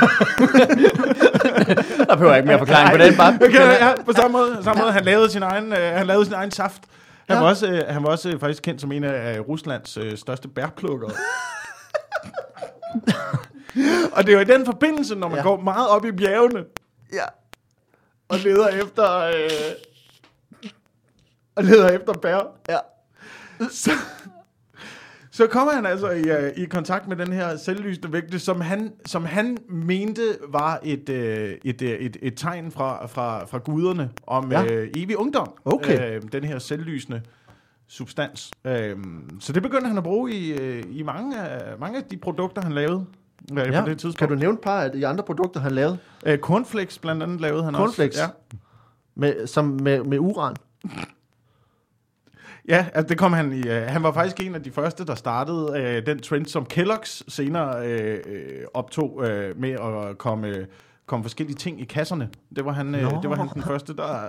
Der behøver ikke mere forklaring på den, bare. Ja, på samme måde. Han lavede sin egen saft. Han var også faktisk kendt som en af Ruslands største bærplukkere. Og det er jo i den forbindelse, når man går meget op i bjergene. Ja. Og leder efter bær. Ja. Så kommer han altså i kontakt med den her selvlysende vægte, som han mente var et tegn fra guderne om evig ungdom. Okay. Den her selvlysende substans. Så det begyndte han at bruge i mange af de produkter, han lavede på det tidspunkt. Kan du nævne et par af de andre produkter, han lavede? Cornflakes blandt andet lavede han Cornflakes. også. Med uran? Ja, altså det kom han i. Han var faktisk en af de første, der startede den trend, som Kellogg's senere optog med at komme forskellige ting i kasserne. Det var han den første, der...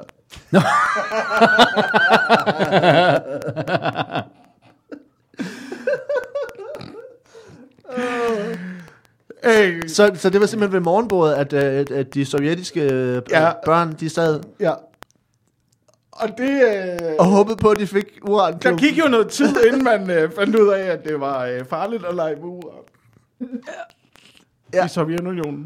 Så det var simpelthen ved morgenbordet, at de sovjetiske børn, de sad... Ja. Og det... og håbede på, at de fik uran. Der gik jo noget tid, inden man fandt ud af, at det var farligt at lege med uran. Ja. I Sovjetunionen.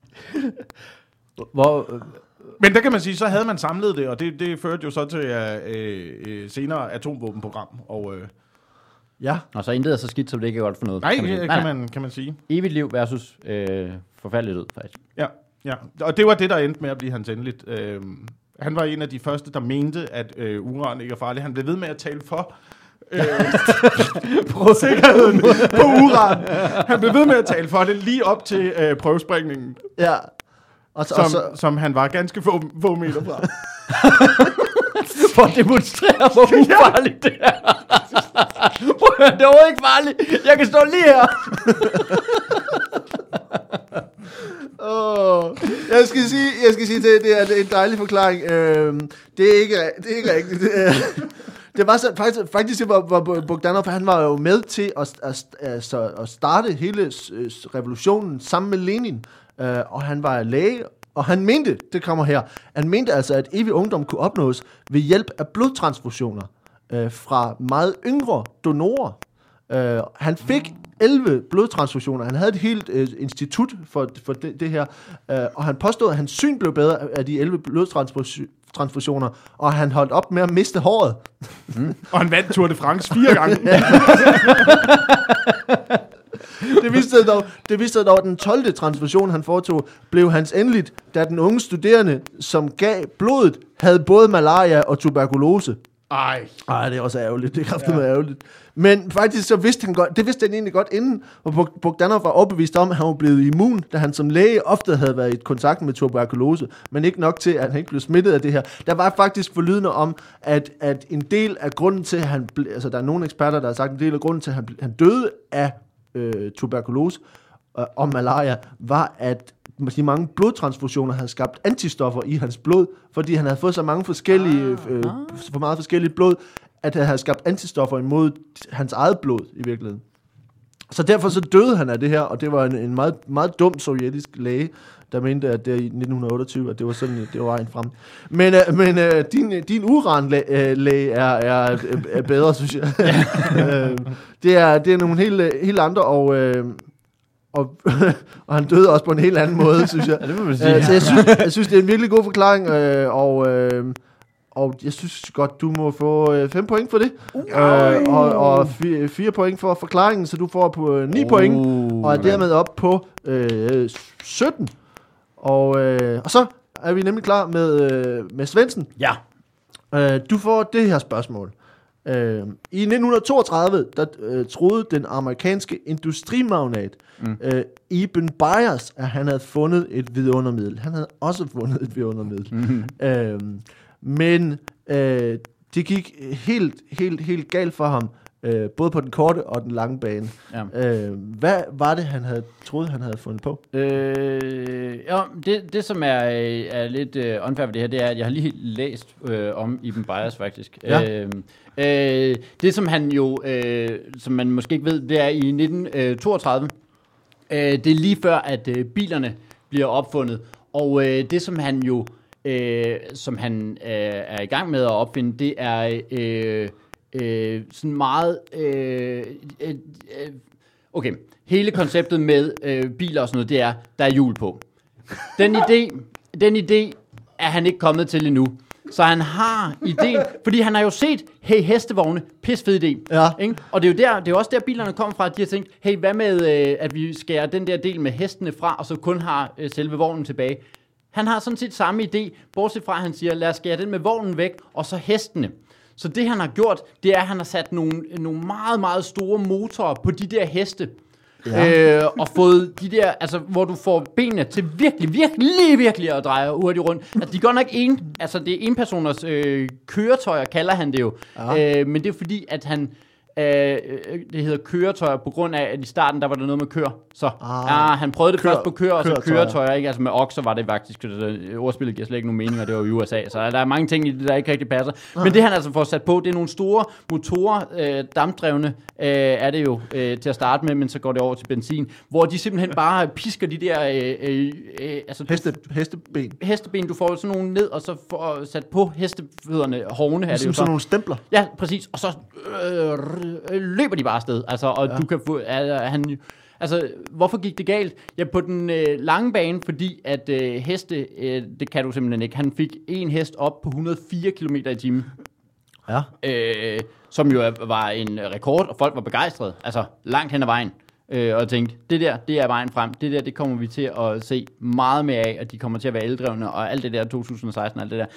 Men der kan man sige, så havde man samlet det, og det førte jo så til senere atomvåbenprogram. Og og så intet er så skidt, som det ikke er godt for noget. Nej, kan man sige. Evigt liv versus forfærdeligt død, faktisk. Ja. Og det var det, der endte med at blive hans endeligt. Han var en af de første, der mente, at uran ikke er farligt. Han blev ved med at tale for sikkerheden på uran. Han blev ved med at tale for det lige op til prøvesprængningen. Ja. Som han var ganske få meter fra. For at demonstrere, hvor ufarligt det er. Det er ikke farligt. Jeg kan stå lige her. Jeg skal sige det er en dejlig forklaring. Det er ikke rigtigt. Det var så, faktisk var Bogdanov, han var jo med til at starte hele revolutionen sammen med Lenin, og han var læge, og han mente, det kommer her, han mente altså, at evig ungdom kunne opnås ved hjælp af blodtransfusioner fra meget yngre donorer. Han fik 11 blodtransfusioner. Han havde et helt institut for det her, og han påstod, at hans syn blev bedre af de 11 blodtransfusioner, og han holdt op med at miste håret. Og han vandt Tour de France 4 gange. Det viste dog, at den 12. transfusion, han foretog, blev hans endeligt, da den unge studerende, som gav blodet, havde både malaria og tuberkulose. Ej, det er også ærgerligt. Det er kraftigt ærgerligt. Men faktisk så vidste han godt, det vidste han egentlig godt inden, og Bogdanov var overbevist om, at han var blevet immun, da han som læge ofte havde været i kontakt med tuberkulose, men ikke nok til, at han ikke blev smittet af det her. Der var faktisk forlydende om, at en del af grunden til, at han altså der er nogle eksperter, der har sagt, en del af grunden til, at han døde af tuberkulose og malaria, var, at de mange blodtransfusioner havde skabt antistoffer i hans blod, fordi han havde fået så mange forskellige, for meget forskellige blod, at han havde skabt antistoffer imod hans eget blod i virkeligheden. Så derfor så døde han af det her, og det var en meget, meget dum sovjetisk læge, der mente, at det i 1928, at det var sådan, det var vejen frem. Men din uranlæge er bedre, synes jeg. Det er nogle helt andre, og han døde også på en helt anden måde, synes jeg. Ja, det må man sige. Så jeg synes, det er en virkelig god forklaring, og jeg synes godt, du må få 5 point for det, og 4 point for forklaringen, så du får på 9 point, og er dermed op på 17. Og så er vi nemlig klar med Svendsen. Ja. Du får det her spørgsmål. I 1932, der troede den amerikanske industrimagnat Ibn Bayers, at han havde fundet et vidundermiddel. Han havde også fundet et vidundermiddel. Men det gik helt galt for ham, både på den korte og den lange bane. Ja. Hvad var det, han havde troet, han havde fundet på? Det som er lidt unfair ved det her, det er, at jeg har lige læst om Ibn Bayers faktisk. Ja. Det som han jo, som man måske ikke ved, det er i 1932. Det er lige før, at bilerne bliver opfundet. Og det som han jo, som han er i gang med at opfinde, det er sådan meget... okay, hele konceptet med biler og sådan noget, det er, der er hjul på. Den idé er han ikke kommet til endnu. Så han har ideen, fordi han har jo set, hey, hestevogne, pisfed idé. Ja. Ikke? Og det er jo også der, bilerne kommer fra, at de har tænkt, hey, hvad med, at vi skærer den der del med hestene fra, og så kun har selve vognen tilbage. Han har sådan set samme idé, bortset fra, at han siger, lad os skære den med vognen væk, og så hestene. Så det, han har gjort, det er, at han har sat nogle meget, meget store motorer på de der heste. Ja. Og fået de der, altså hvor du får benene til virkelig at dreje hurtigt rundt. Altså de går nok det er enpersoners køretøjer, kalder han det jo. Ja. Men det er fordi, at han det hedder køretøjer på grund af, at i starten, der var der noget med kør. Så han prøvede det først på kør, og så køretøjer, ikke? Altså med okser var det faktisk, ordspillet giver slet ikke nogen mening, og det var i USA. Så der er mange ting i det, der ikke rigtig passer. Men det han altså får sat på, det er nogle store motorer, dampdrevne er det jo til at starte med, men så går det over til benzin, hvor de simpelthen bare pisker de der hesteben, du får sådan nogle ned, og så får sat på hestefødderne, hovene her. Som sådan nogle stempler. Ja, præcis. Og så løber de bare afsted. Altså, og du kan få... hvorfor gik det galt? Ja, på den lange bane, fordi at heste, det kan du simpelthen ikke. Han fik en hest op på 104 km i timen. Ja. Som jo var en rekord, og folk var begejstrede. Altså, langt hen ad vejen. Og tænkte, det er vejen frem. Det kommer vi til at se meget mere af, og de kommer til at være eldrevne, og alt det der 2016 og alt det der.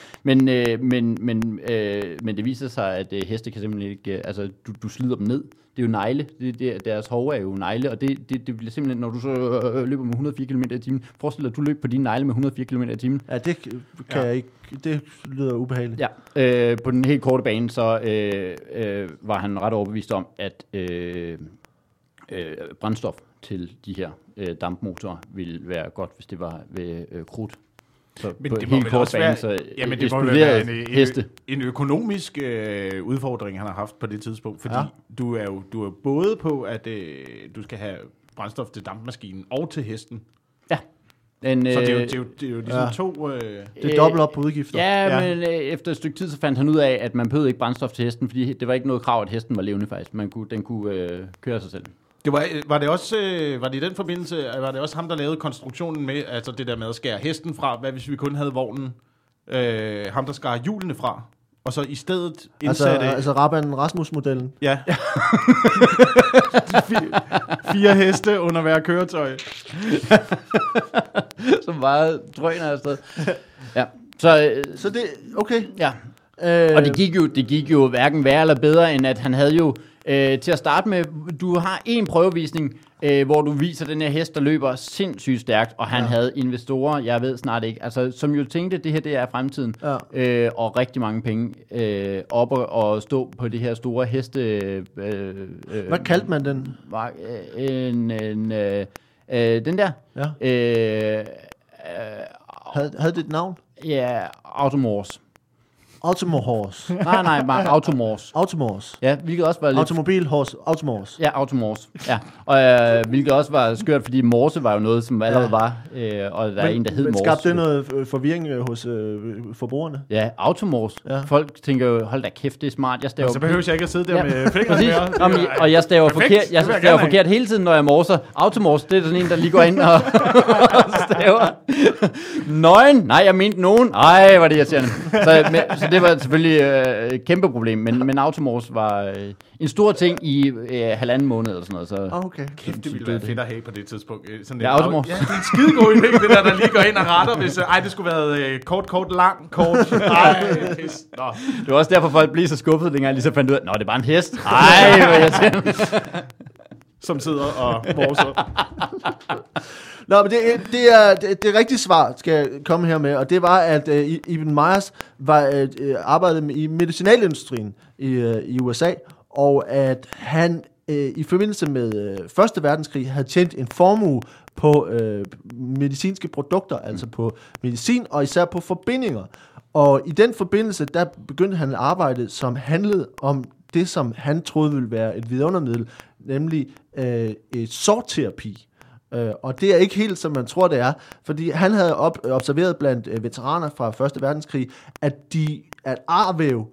Men det viser sig, at heste kan simpelthen ikke... Altså, du slider dem ned. Det er jo negle. Deres hove er jo negle, og det bliver simpelthen, når du så løber med 104 km i timen. Forestil dig, at du løber på dine negle med 104 km i timen. Ja, det kan jeg ikke. Det lyder ubehageligt. Ja. På den helt korte bane, så var han ret overbevist om, at... brændstof til de her dampmotorer ville være godt, hvis det var ved krudt. Så men på det må helt vel kort også bane, være, så ja, men det må vel være heste. en økonomisk udfordring, han har haft på det tidspunkt, fordi du er jo både på, at du skal have brændstof til dampmaskinen og til hesten. Ja. Så det er jo ligesom to... Det er dobbelt op på udgifter. Ja, men efter et stykke tid, så fandt han ud af, at man behøvede ikke brændstof til hesten, fordi det var ikke noget krav, at hesten var levende faktisk. Den kunne køre sig selv. Var det i den forbindelse, var det også ham, der lavede konstruktionen med, altså det der med at skære hesten fra, hvad hvis vi kun havde vognen, ham der skar hjulene fra, og så i stedet indsatte... Altså Rabban Rasmus-modellen. Ja. 4 heste under hver køretøj. Så meget drøner afsted. Ja. Så det, okay. Ja. Og det gik jo hverken værre eller bedre, end at han havde jo til at starte med, du har en prøvevisning, hvor du viser den her hest, der løber sindssygt stærkt, og han havde investorer, jeg ved snart ikke, altså som jo tænkte, det her det er fremtiden, og rigtig mange penge op og stå på det her store heste. Hvad kaldte man den? Den der? Ja. Havde det et navn? Ja, Automors. Automors. Nej, bare Automors. Automors. Ja, hvilket også var lidt... Automobilhors. Automors. Ja, Automors. Ja. Og hvilket også var skørt, fordi morse var jo noget, som allerede var, og der er en, der hed morse. Men skabte det noget forvirring hos forbrugerne? Ja, Automors. Ja. Folk tænker jo, hold da kæft, det er smart. Jeg staver så behøver jeg ikke at sidde der med fingrene mere. Og jeg staver forkert. Jeg staver forkert hele tiden, når jeg morser. Automors, det er sådan en, der lige går ind og staver. Nøgen? Nej, jeg mente nogen. Ej, var det irriterende. Så det var selvfølgelig et kæmpe problem, men Automors var en stor ting i 1,5 måned eller sådan noget. Så okay. Kæft, det ville være fedt at have på det tidspunkt. Sådan ja, Automors. Ja, det er en skidegod idé, det der lige går ind og retter, hvis det skulle være kort, lang, kort. Det var også derfor, folk blev så skuffet, dengang lige så fandt ud af, det er bare en hest. Ej, hvad jeg siger. Som sidder og morser. Nå, men det rigtige svar, skal jeg komme her med, og det var, at Ibn Myers arbejdede i medicinalindustrien i USA, og at han i forbindelse med Første Verdenskrig havde tjent en formue på medicinske produkter, altså på medicin og især på forbindinger. Og i den forbindelse, der begyndte han at arbejde, som handlede om det, som han troede ville være et vidundermiddel, nemlig et sårterapi. Og det er ikke helt, som man tror, det er, fordi han havde observeret blandt veteraner fra Første Verdenskrig, at arvæv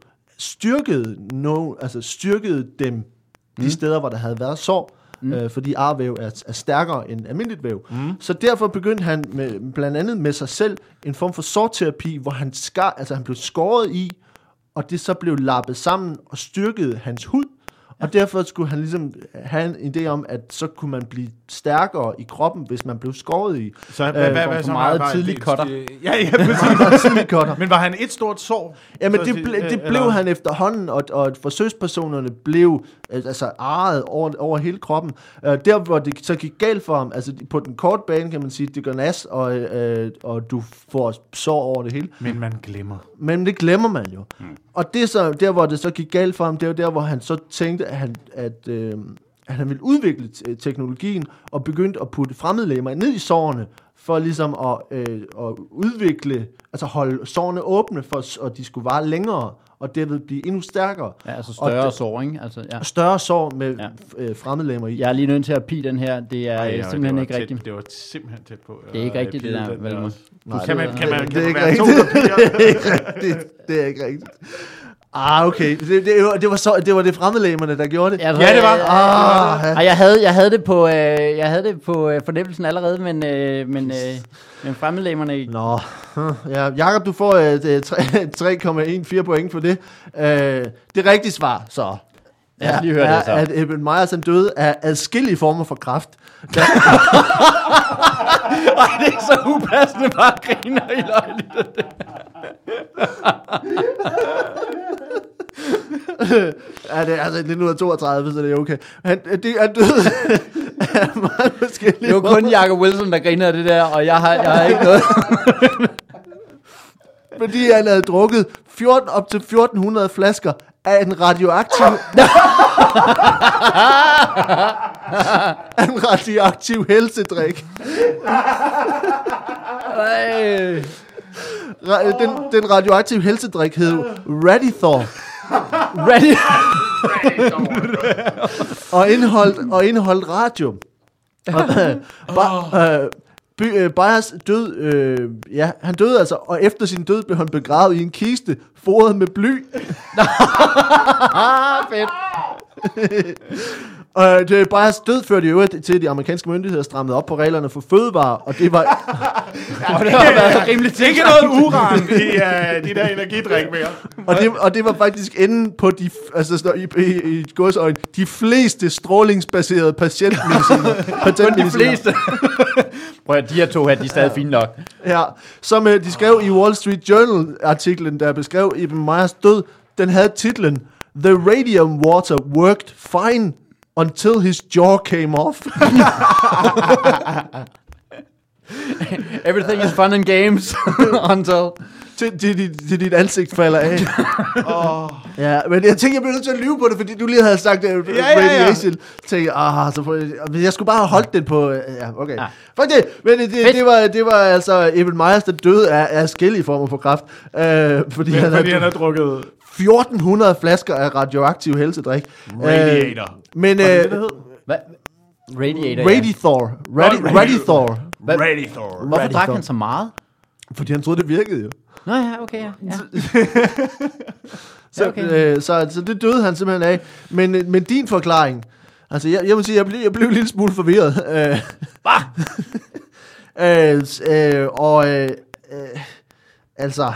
styrkede dem de steder, hvor der havde været sår, fordi arvæv er stærkere end almindeligt væv. Så derfor begyndte han blandt andet med sig selv en form for sårterapi, hvor han blev skåret i, og det så blev lappet sammen og styrkede hans hud. Og derfor skulle han ligesom have en idé om, at så kunne man blive stærkere i kroppen, hvis man blev skåret i. Så hvad så meget tidlig cutter. Ja, præcis. Tidlig cutter. Men var han et stort sår? Jamen, det blev han efterhånden, og forsøgspersonerne blev arret over hele kroppen. Der, hvor det så gik galt for ham, altså på den korte bane, kan man sige, det gør nas, og du får sår over det hele. Men man glemmer. Men det glemmer man jo. Og det så, der, hvor det så gik galt for ham, det var der, hvor han så tænkte, at han ville udvikle teknologien, og begyndte at putte fremmedlegemer ned i sårene, for ligesom at udvikle, altså holde sårene åbne, for at de skulle vare længere, og derved blive endnu stærkere. Ja, altså større sår, ikke? Altså, ja. Større sår med fremmedlegemer i. Jeg er lige nødt til at pige den her. Det er simpelthen ikke rigtigt. Det var simpelthen tæt på. Det er ikke rigtigt, det der. Kan man det er ikke rigtigt. Det er ikke rigtigt. Okay. Det var det fremmedlægerne, der gjorde det. Ja, det var. Jeg havde det på fornemmelsen allerede, men fremmedlægerne ikke. Nå. Ja, Jakob, du får 3,14 point for det. Det rigtige svar, så lige høre det så. At Ibn Myers døde af adskillige former for kræft. Det er så upassende, bare griner i løgnet. Ja, det er altså 1932, så det er okay. Han døde af meget forskellige. Det var kun Jacob Wilson, der griner af det der, og jeg har ikke noget. Fordi han havde drukket op til 1400 flasker af en radioaktiv helsedrik. Den radioaktive helsedrik hed Radithor. og indeholdt radium. Byers død, han døde altså, og efter sin død blev han begravet i en kiste, foret med bly. Fedt. Og Byers død førte jo til, at de amerikanske myndigheder strammede op på reglerne for fødevarer, og det var... og det har været rimelig ikke noget uran i de der energidrik mere. og det var faktisk enden på de, altså i godsøjne, de fleste strålingsbaserede patentmediciner. De fleste. Prøv at de her to her, de er stadig fine nok. Ja, som de skrev i Wall Street Journal-artiklen, der beskrev Eben Meyers død, den havde titlen The radium water worked fine until his jaw came off. Everything is fun and games until... Til dit ansigt falder af. Ja, men jeg tænkte, jeg blev nødt til at lyve på det, fordi du lige havde sagt radiation. Tænkte, jeg skulle bare have holdt den på... Ja, okay. Ja. Fuck det, men det var altså Eben Meyers, der døde af forskellige former for kræft. Fordi han har drukket 1400 flasker af radioaktiv helsedrik. Radiator. Men... Hvad? Radiator, Radithor. Radithor. Hvorfor drak han så meget? Fordi han troede, det virkede jo. Nå ja, okay, ja. Så det døde han simpelthen af. Men din forklaring, altså jeg vil sige, jeg blev en lille smule forvirret. Altså,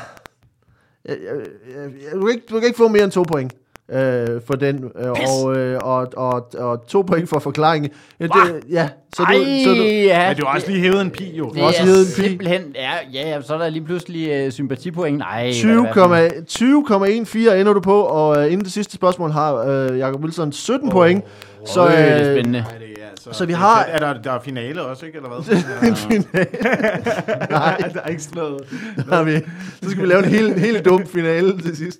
du kan ikke få mere end 2 point. For den og 2 point for forklaringen. Ja, så du du har også lige hævet en pi jo. Det er simpelthen så er der lige pludselig sympatipoint. 20,14 ender du på, og inden det sidste spørgsmål har Jacob Wilson 17 point. Så det er spændende. Så vi har... Der er finale også, ikke? Eller hvad? En finale. Nej, der er ikke sådan noget. Så skal vi lave en helt dum finale til sidst.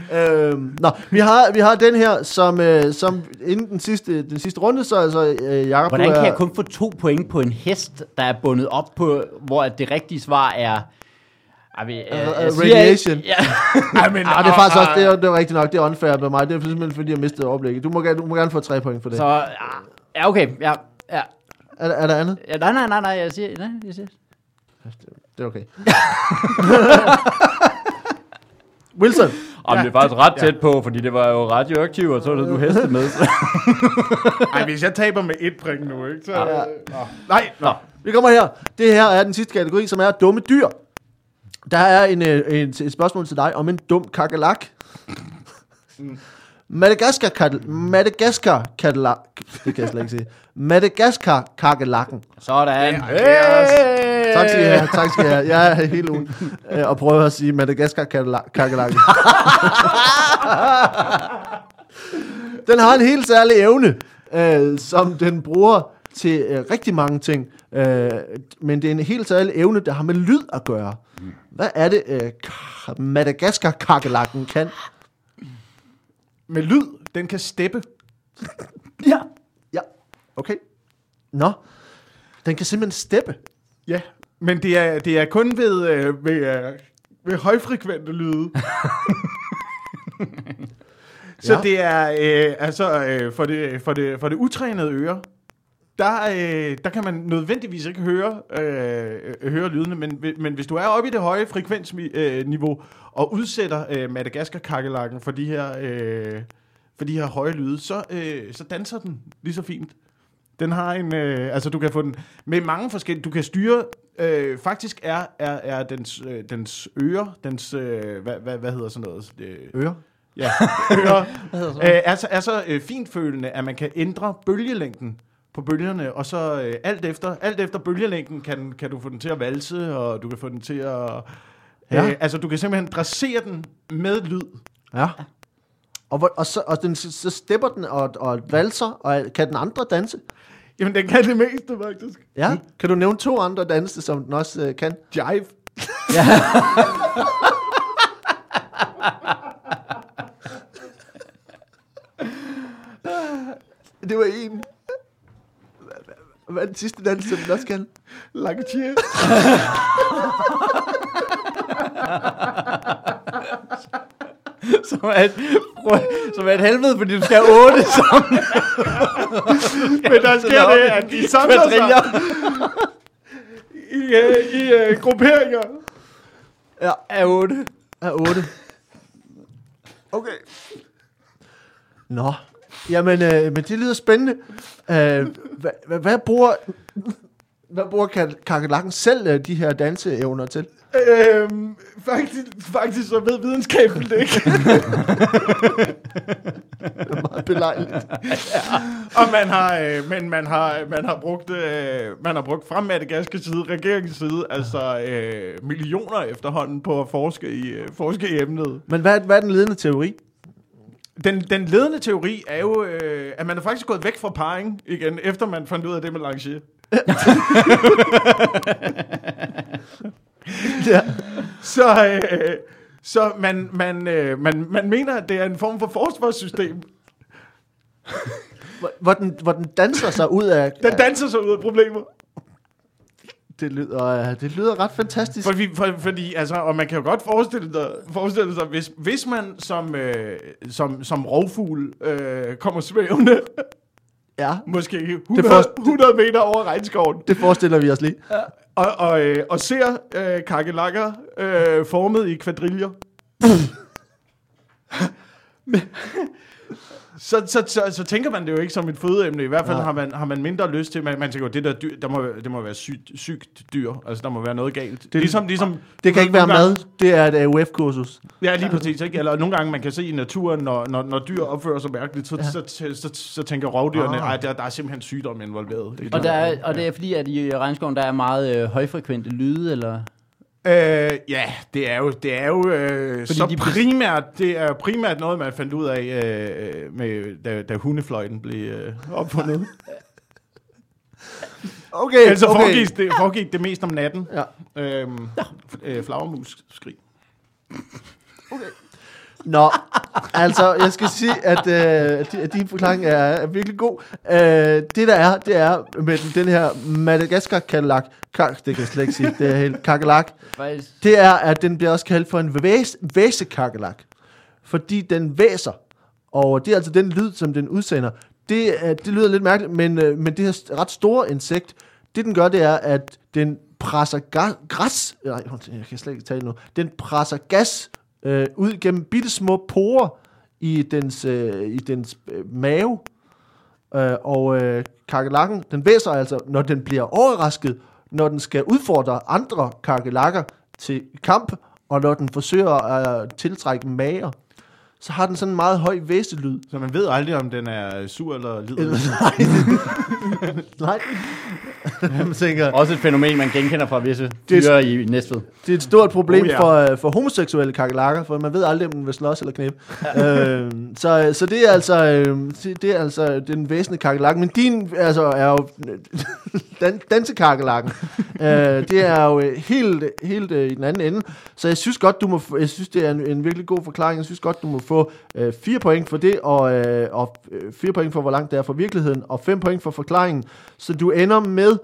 Vi har den her, som inden den sidste runde, så altså Jacob... Hvordan kan jeg kun få 2 point på en hest, der er bundet op på, hvor det rigtige svar er... radiation. Ja. Det er faktisk også, det er rigtigt nok, det er unfair med mig. Det er simpelthen fordi, jeg mistede overblikket. Du må gerne få 3 point for det. Så, ja, okay. Ja. Er der andet? Ja, nej, jeg siger. Det er okay. Wilson. Det er faktisk ret tæt på, fordi det var jo radioaktivt, og så var det du heste med. Hvis jeg taber med 1 point nu, ikke? Så, Nej. Vi kommer her. Det her er den sidste kategori, som er dumme dyr. Der er et spørgsmål til dig om en dum kakelak. Madagaskar kakelak. Det kan jeg slet ikke sige. Madagaskar kakelakken. Sådan. Tak skal I have. Jeg er helt ugen og prøver at sige Madagaskar kakelakken. Den har en helt særlig evne, som den bruger til rigtig mange ting. Men det er en helt særlig evne, der har med lyd at gøre. Hvad er det, Madagaskar kakelakken kan? Med lyd, den kan steppe. Ja, okay. Nå, den kan simpelthen steppe. Ja, men det er kun ved højfrekvente lyde. Så det er for det utrænede øre, der kan man nødvendigvis ikke høre lydene, men hvis du er oppe i det høje frekvensniveau og udsætter Madagaskar-kakelakken for de her høje lyde, så danser den lige så fint. Den har du kan få den med mange forskellige. Du kan styre. Faktisk er dens ører, hvad hedder sådan noget? Ører? Ja, ører. er så fintfølende, at man kan ændre bølgelængden på bølgerne, og så alt efter bølgelængden kan du få den til at valse, og du kan få den til at... du kan simpelthen dressere den med lyd. Ja. Og den, så stepper den og valser, og kan den andre danse? Jamen, den kan det meste, faktisk. Ja? Kan du nævne 2 andre danse, som den også kan? Jive. Ja. Det var en. Hvad er den sidste dans, som den også kan? Like a cheer. som er et helvede, fordi du skal have 8 sammen. Men der sker det, at de samler sig i grupperinger. Ja, Af 8. af 8. Okay. Nå. Jamen, men det lyder spændende. Hvad bruger kakelakken selv de her danseevner til? Faktisk så ved videnskaben det ikke. Det er meget belejligt. Og man har brugt fra Madagaskars side, regeringens side, altså millioner efterhånden på at forske i emnet. Men hvad er den ledende teori? Den ledende teori er jo, at man er faktisk gået væk fra parring igen, efter man fandt ud af det med Langier. Ja. Så man mener, at det er en form for forsvarssystem. Hvor den danser sig ud af... Den danser sig ud af problemer. Det lyder ret fantastisk. Fordi altså, og man kan jo godt forestille sig, hvis man som rovfugl kommer svævende, Ja. måske 100 meter over regnskoven. Det forestiller vi os lige. Og ser kakelakker formet i kvadriller. Så tænker man det jo ikke som et fødeemne. I hvert fald har man mindre lyst til. Man tænker, det der dyr, det må være sygt dyr. Altså, der må være noget galt. Ligesom, det kan ikke være mad. Det er et AUF-kursus. Ja, lige præcis. Ikke? Eller nogle gange, man kan se i naturen, når dyr opfører sig mærkeligt, så tænker rovdyrene, der er simpelthen sygdom involveret. Og det er fordi, at i regnskoven, der er meget højfrekvente lyde, eller... Ja, det er jo så primært noget, man fandt ud af, da hundefløjten blev opfundet. Okay. Altså foregik det mest om natten. Ja. Flagermus-skrig. Okay. Nå, altså, jeg skal sige, at din forklaring er virkelig god. Det er med den her Madagaskar-kakelak, det kan jeg slet ikke sige, det er helt kakelak. Det er, at den bliver også kaldt for en væsekakelak, fordi den væser, og det er altså den lyd, som den udsender. Det lyder lidt mærkeligt, men det her ret store insekt, det den gør, det er, at den presser græs, nej, jeg kan slet ikke tale nu, den presser gas ud gennem bitte små porer i dens mave. Og kakelakken, den væser altså, når den bliver overrasket, når den skal udfordre andre kakelakker til kamp, og når den forsøger at tiltrække mager, så har den sådan en meget høj væselyd. Så man ved aldrig, om den er sur eller lider. Nej. Jeg tænker, også et fænomen, man genkender fra visse dyr i Næstved. Det er et stort problem for homoseksuelle kakelakker, for man ved aldrig, om den vil slås eller knæppe. Så det er altså den væsentlige kakelak. Men din altså, er jo dansekakelakken. Det er jo helt i den anden ende. Så jeg synes godt, jeg synes, det er en virkelig god forklaring. Jeg synes godt, du må få 4 point for det, og 4 point for, hvor langt det er fra virkeligheden, og 5 point for forklaringen. Så du ender med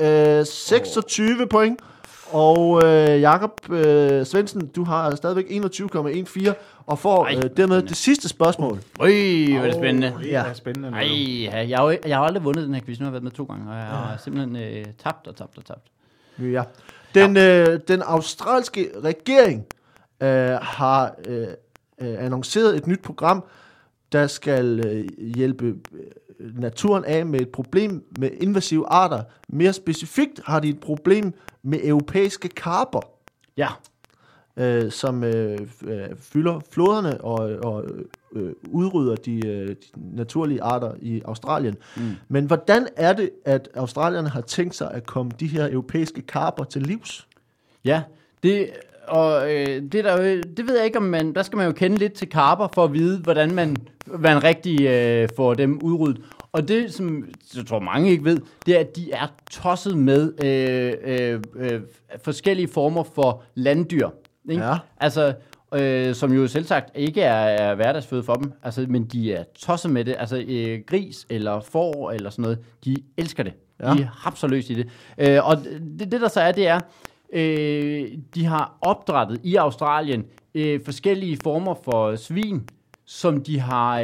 26 point. Og Jakob Svendsen, du har stadigvæk 21,14 og får dermed det sidste spørgsmål. Hvor er det spændende. Ja, spændende. Jeg har aldrig vundet den her quiz. Nu har jeg været med 2 gange, og jeg har simpelthen tabt. Ja. Den australske regering har annonceret et nyt program, der skal hjælpe naturen af med et problem med invasive arter. Mere specifikt har de et problem med europæiske karper, som fylder floderne og udrydder de naturlige arter i Australien. Men hvordan er det, at australierne har tænkt sig at komme de her europæiske karper til livs? Ja, det ved jeg ikke, om der skal man jo kende lidt til karper for at vide, hvordan man rigtig får dem udryddet. Og det, som jeg tror mange ikke ved, det er, at de er tosset med forskellige former for landdyr. Ikke? Ja. Altså, som jo selvsagt ikke er hverdagsføde for dem, altså, men de er tosset med det. Altså gris eller får eller sådan noget, de elsker det. Ja. De er hapser løs i det. Og det der så er, det er, de har opdrættet i Australien forskellige former for svin, som de har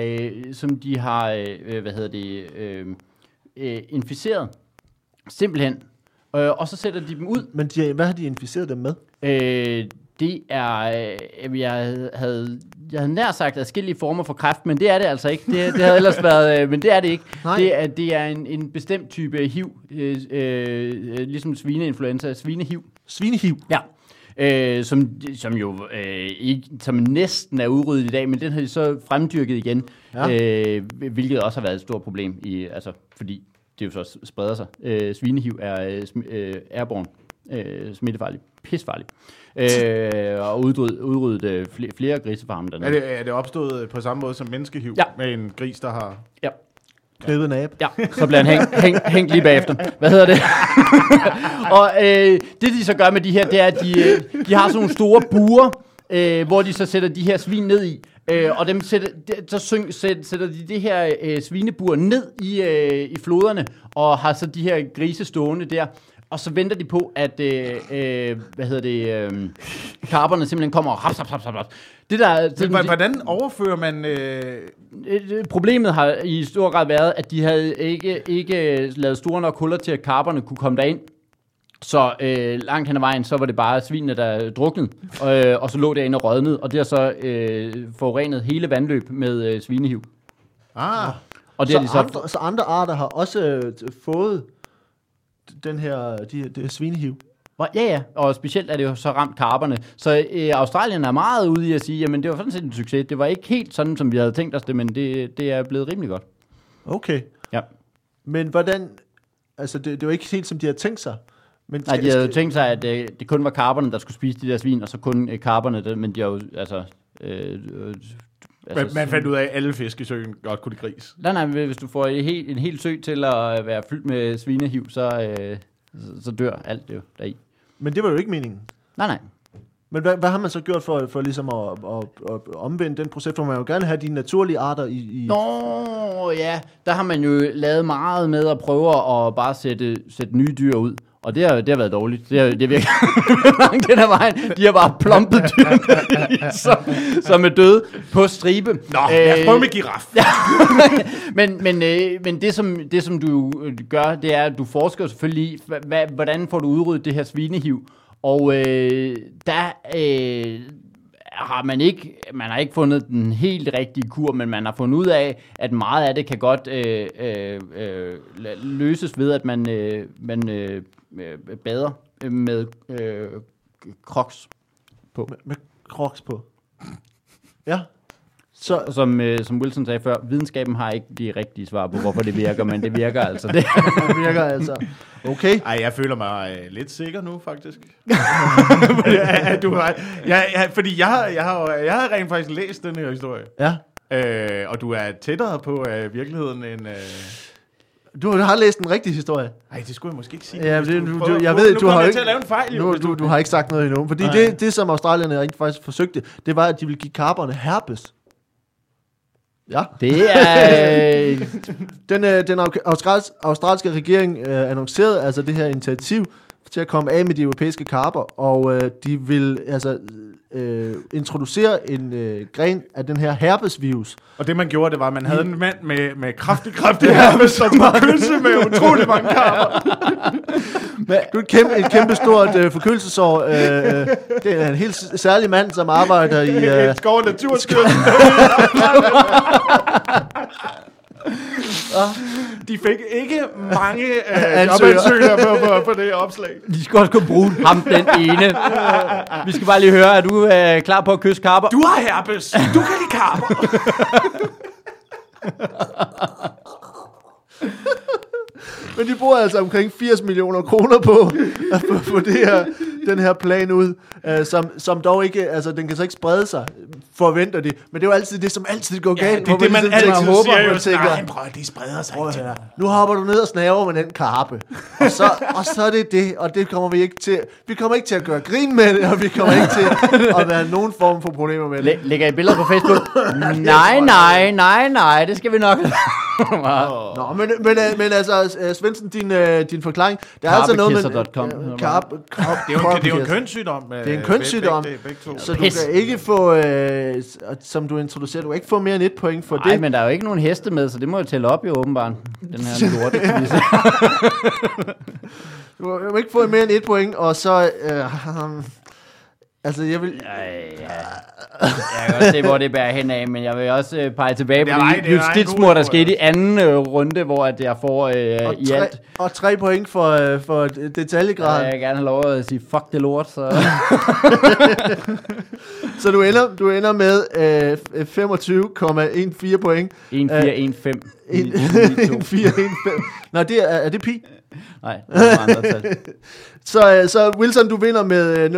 inficeret. Simpelthen. Og så sætter de dem ud. Men hvad har de inficeret dem med? Det er, jeg havde nær sagt adskillige former for kræft, men det er det altså ikke. Det havde ellers været, men det er det ikke. Det er en bestemt type HIV, ligesom svineinfluenza, svinehiv. Svinehiv? Ja. Som jo ikke, som næsten er udryddet i dag, men den har de så fremdyrket igen, hvilket også har været et stort problem, fordi det jo så spreder sig. Svinehiv er airborne, smittefarlig, pisfarlig, og udryddet flere grisefarme dernede. Er det opstået på samme måde som menneskehiv, med en gris, der har... Ja. Knævet en abe. Ja, så bliver han hængt lige bagefter. Hvad hedder det? Og det de så gør med de her, det er, at de har sådan nogle store buer, hvor de så sætter de her svin ned i. Og dem sætter de det her svinebur ned i floderne, og har så de her grise stående der. Og så venter de på, at karperne simpelthen kommer og raps. Hvordan overfører man... Problemet har i stor grad været, at de havde ikke lavet store nok huller til, at karperne kunne komme derind. Så langt hen ad vejen, så var det bare svinene, der druknede, og så lå derinde og rådnede, og det har så forurenet hele vandløb med svinehiv. Og det så andre arter har også fået den her svinehiv? Ja, og specielt er det jo så ramt karperne. Så Australien er meget ude i at sige, jamen det var sådan set en succes. Det var ikke helt sådan, som vi havde tænkt os det, men det er blevet rimelig godt. Okay. Ja. Men hvordan, altså det var ikke helt, som de havde tænkt sig. Men nej, de havde jo tænkt sig, at det kun var karperne, der skulle spise de der svin, og så kun karperne, men de har jo, man fandt ud af, at alle fisk i søen godt kunne lide gris. Nej, hvis du får en hel sø til at være fyldt med svinehiv, så dør alt det jo deri. Men det var jo ikke meningen. Nej. Men hvad har man så gjort for ligesom at omvende den proces? For man jo gerne have de naturlige arter i... Nå, ja. Der har man jo lavet meget med at prøve at bare sætte nye dyr ud. Og det har været dårligt. Det virker langt den her vejen. De har bare plumpet dyr, som er døde på stribe. Nå, jeg prøver med giraf. Men det, som du gør, det er, at du forsker selvfølgelig i, hvordan får du udryddet det her svinehiv. Og har man har ikke fundet den helt rigtige kur, men man har fundet ud af, at meget af det kan godt løses ved, at man bader med crocs på. Med crocs på. Ja. Så som Wilson sagde før, videnskaben har ikke de rigtige svar på, hvorfor det virker, men det virker altså. Det virker altså. Okay. Ej, jeg føler mig lidt sikker nu, faktisk. Fordi jeg har rent faktisk læst den her historie. Ja. Og du er tættere på virkeligheden end... Du har læst en rigtig historie. Nej, det skulle jeg måske ikke sige. Ja, jeg ved, du har ikke til at lave en fejl. Du har ikke sagt noget endnu, fordi det som australierne rent faktisk forsøgte, det var at de ville give karperne herpes. Ja. Det er den australske regering annoncerede altså det her initiativ til at komme af med de europæiske karper, og de vil altså introducere en gren af den her herpesvirus. Og det man gjorde, det var, at man havde en mand med kraftig herpes, som var kølse med utrolig mange karper. Det er et kæmpe stort forkølelsesår. Det er en helt særlig mand, som arbejder i... Et skov- og naturstyrelsen. De fik ikke mange jobansøgere på det opslag. De skal også kunne bruge ham den ene. Vi skal bare lige høre, er du klar på at kysse karper? Du har herpes. Du kan lide karper. Men de bruger altså omkring 80 millioner kroner på at få den her plan ud, som dog ikke, altså den kan så ikke sprede sig, forventer de. Men det er jo altid det, som altid går galt. Det er det, man altid håber, siger. Nej, prøv, de spreder sig ikke. Nu hopper du ned og snaver med den karpe. Og så er det, og det kommer vi ikke til. Vi kommer ikke til at gøre grin med det, og vi kommer ikke til at være nogen form for problemer med det. Lægger I billeder på Facebook? Nej, det skal vi nok. Nå, men altså, Svendsen, din forklaring, det er altså noget med... Det er jo en kønssygdom. Det er en kønssygdom, så du kan ikke få, som du introducerer, du kan ikke få mere end 1 point for det. Nej, men der er jo ikke nogen heste med, så det må jo tælle op jo åbenbart, den her lorte. Du må ikke få mere end 1 point, og så... altså, jeg vil... Jeg kan godt se, hvor det bærer hen af, men jeg vil også pege tilbage på det justitsmord, der skete i anden runde, hvor at jeg får i alt... Og 3 point for detaljegraden. Jeg vil gerne have lov at sige, fuck det lort, så... Så du ender med 25,14 point. 1415. 1415. Nå, er det pi? Nej, det er andre tal. Så Wilson, du vinder med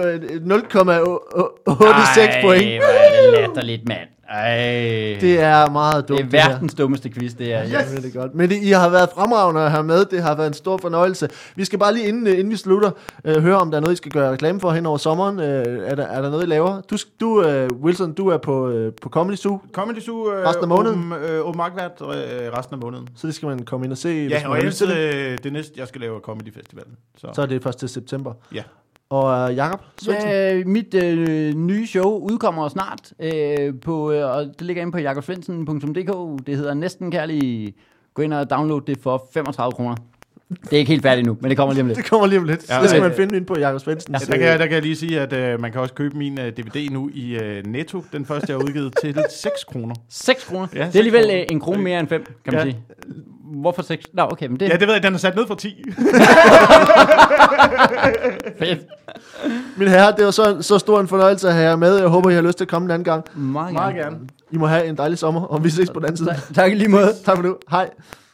0,86 point. Ej, hvor er det latterligt, mand. Ej. Det er meget dumt. Det er verdens dummeste quiz, det er. Yes. Ja, det er godt. Men I har været fremragende at have med. Det har været en stor fornøjelse. Vi skal bare lige, inden vi slutter, høre, om der er noget, I skal gøre reklame for hen over sommeren. Er der noget, I laver? Du Wilson, du er på Comedy Zoo. Comedy Zoo resten af måneden. Markvært resten af måneden. Så det skal man komme ind og se. Ja, og ellers det næste, jeg skal lave Comedy Festivalen. Så er det først til september. Ja. Og Jakob Svendsen? Ja, mit nye show udkommer snart, og det ligger inde på jakobsvendsen.dk. Det hedder Næsten Kærlig. Gå ind og download det for 35 kroner. Det er ikke helt færdigt nu, men det kommer lige om lidt. Det kommer lige om lidt. Ja, det skal man finde ind på Jakob Svendsen. Ja, der kan jeg lige sige, at man kan også købe min DVD nu i Netto. Den første, jeg har udgivet til 6 kroner. 6 kroner? Ja, det er alligevel 1 krone mere end 5, kan man sige. Hvorfor 6? Nå, okay, men det... Ja, det ved jeg, den er sat ned fra 10. Fedt. Mine herrer, det var så stor en fornøjelse at have jer med. Jeg håber, I har lyst til at komme en anden gang. Meget gerne. I må have en dejlig sommer, og vi ses på den anden side. Tak i lige måde. Tak for nu. Hej.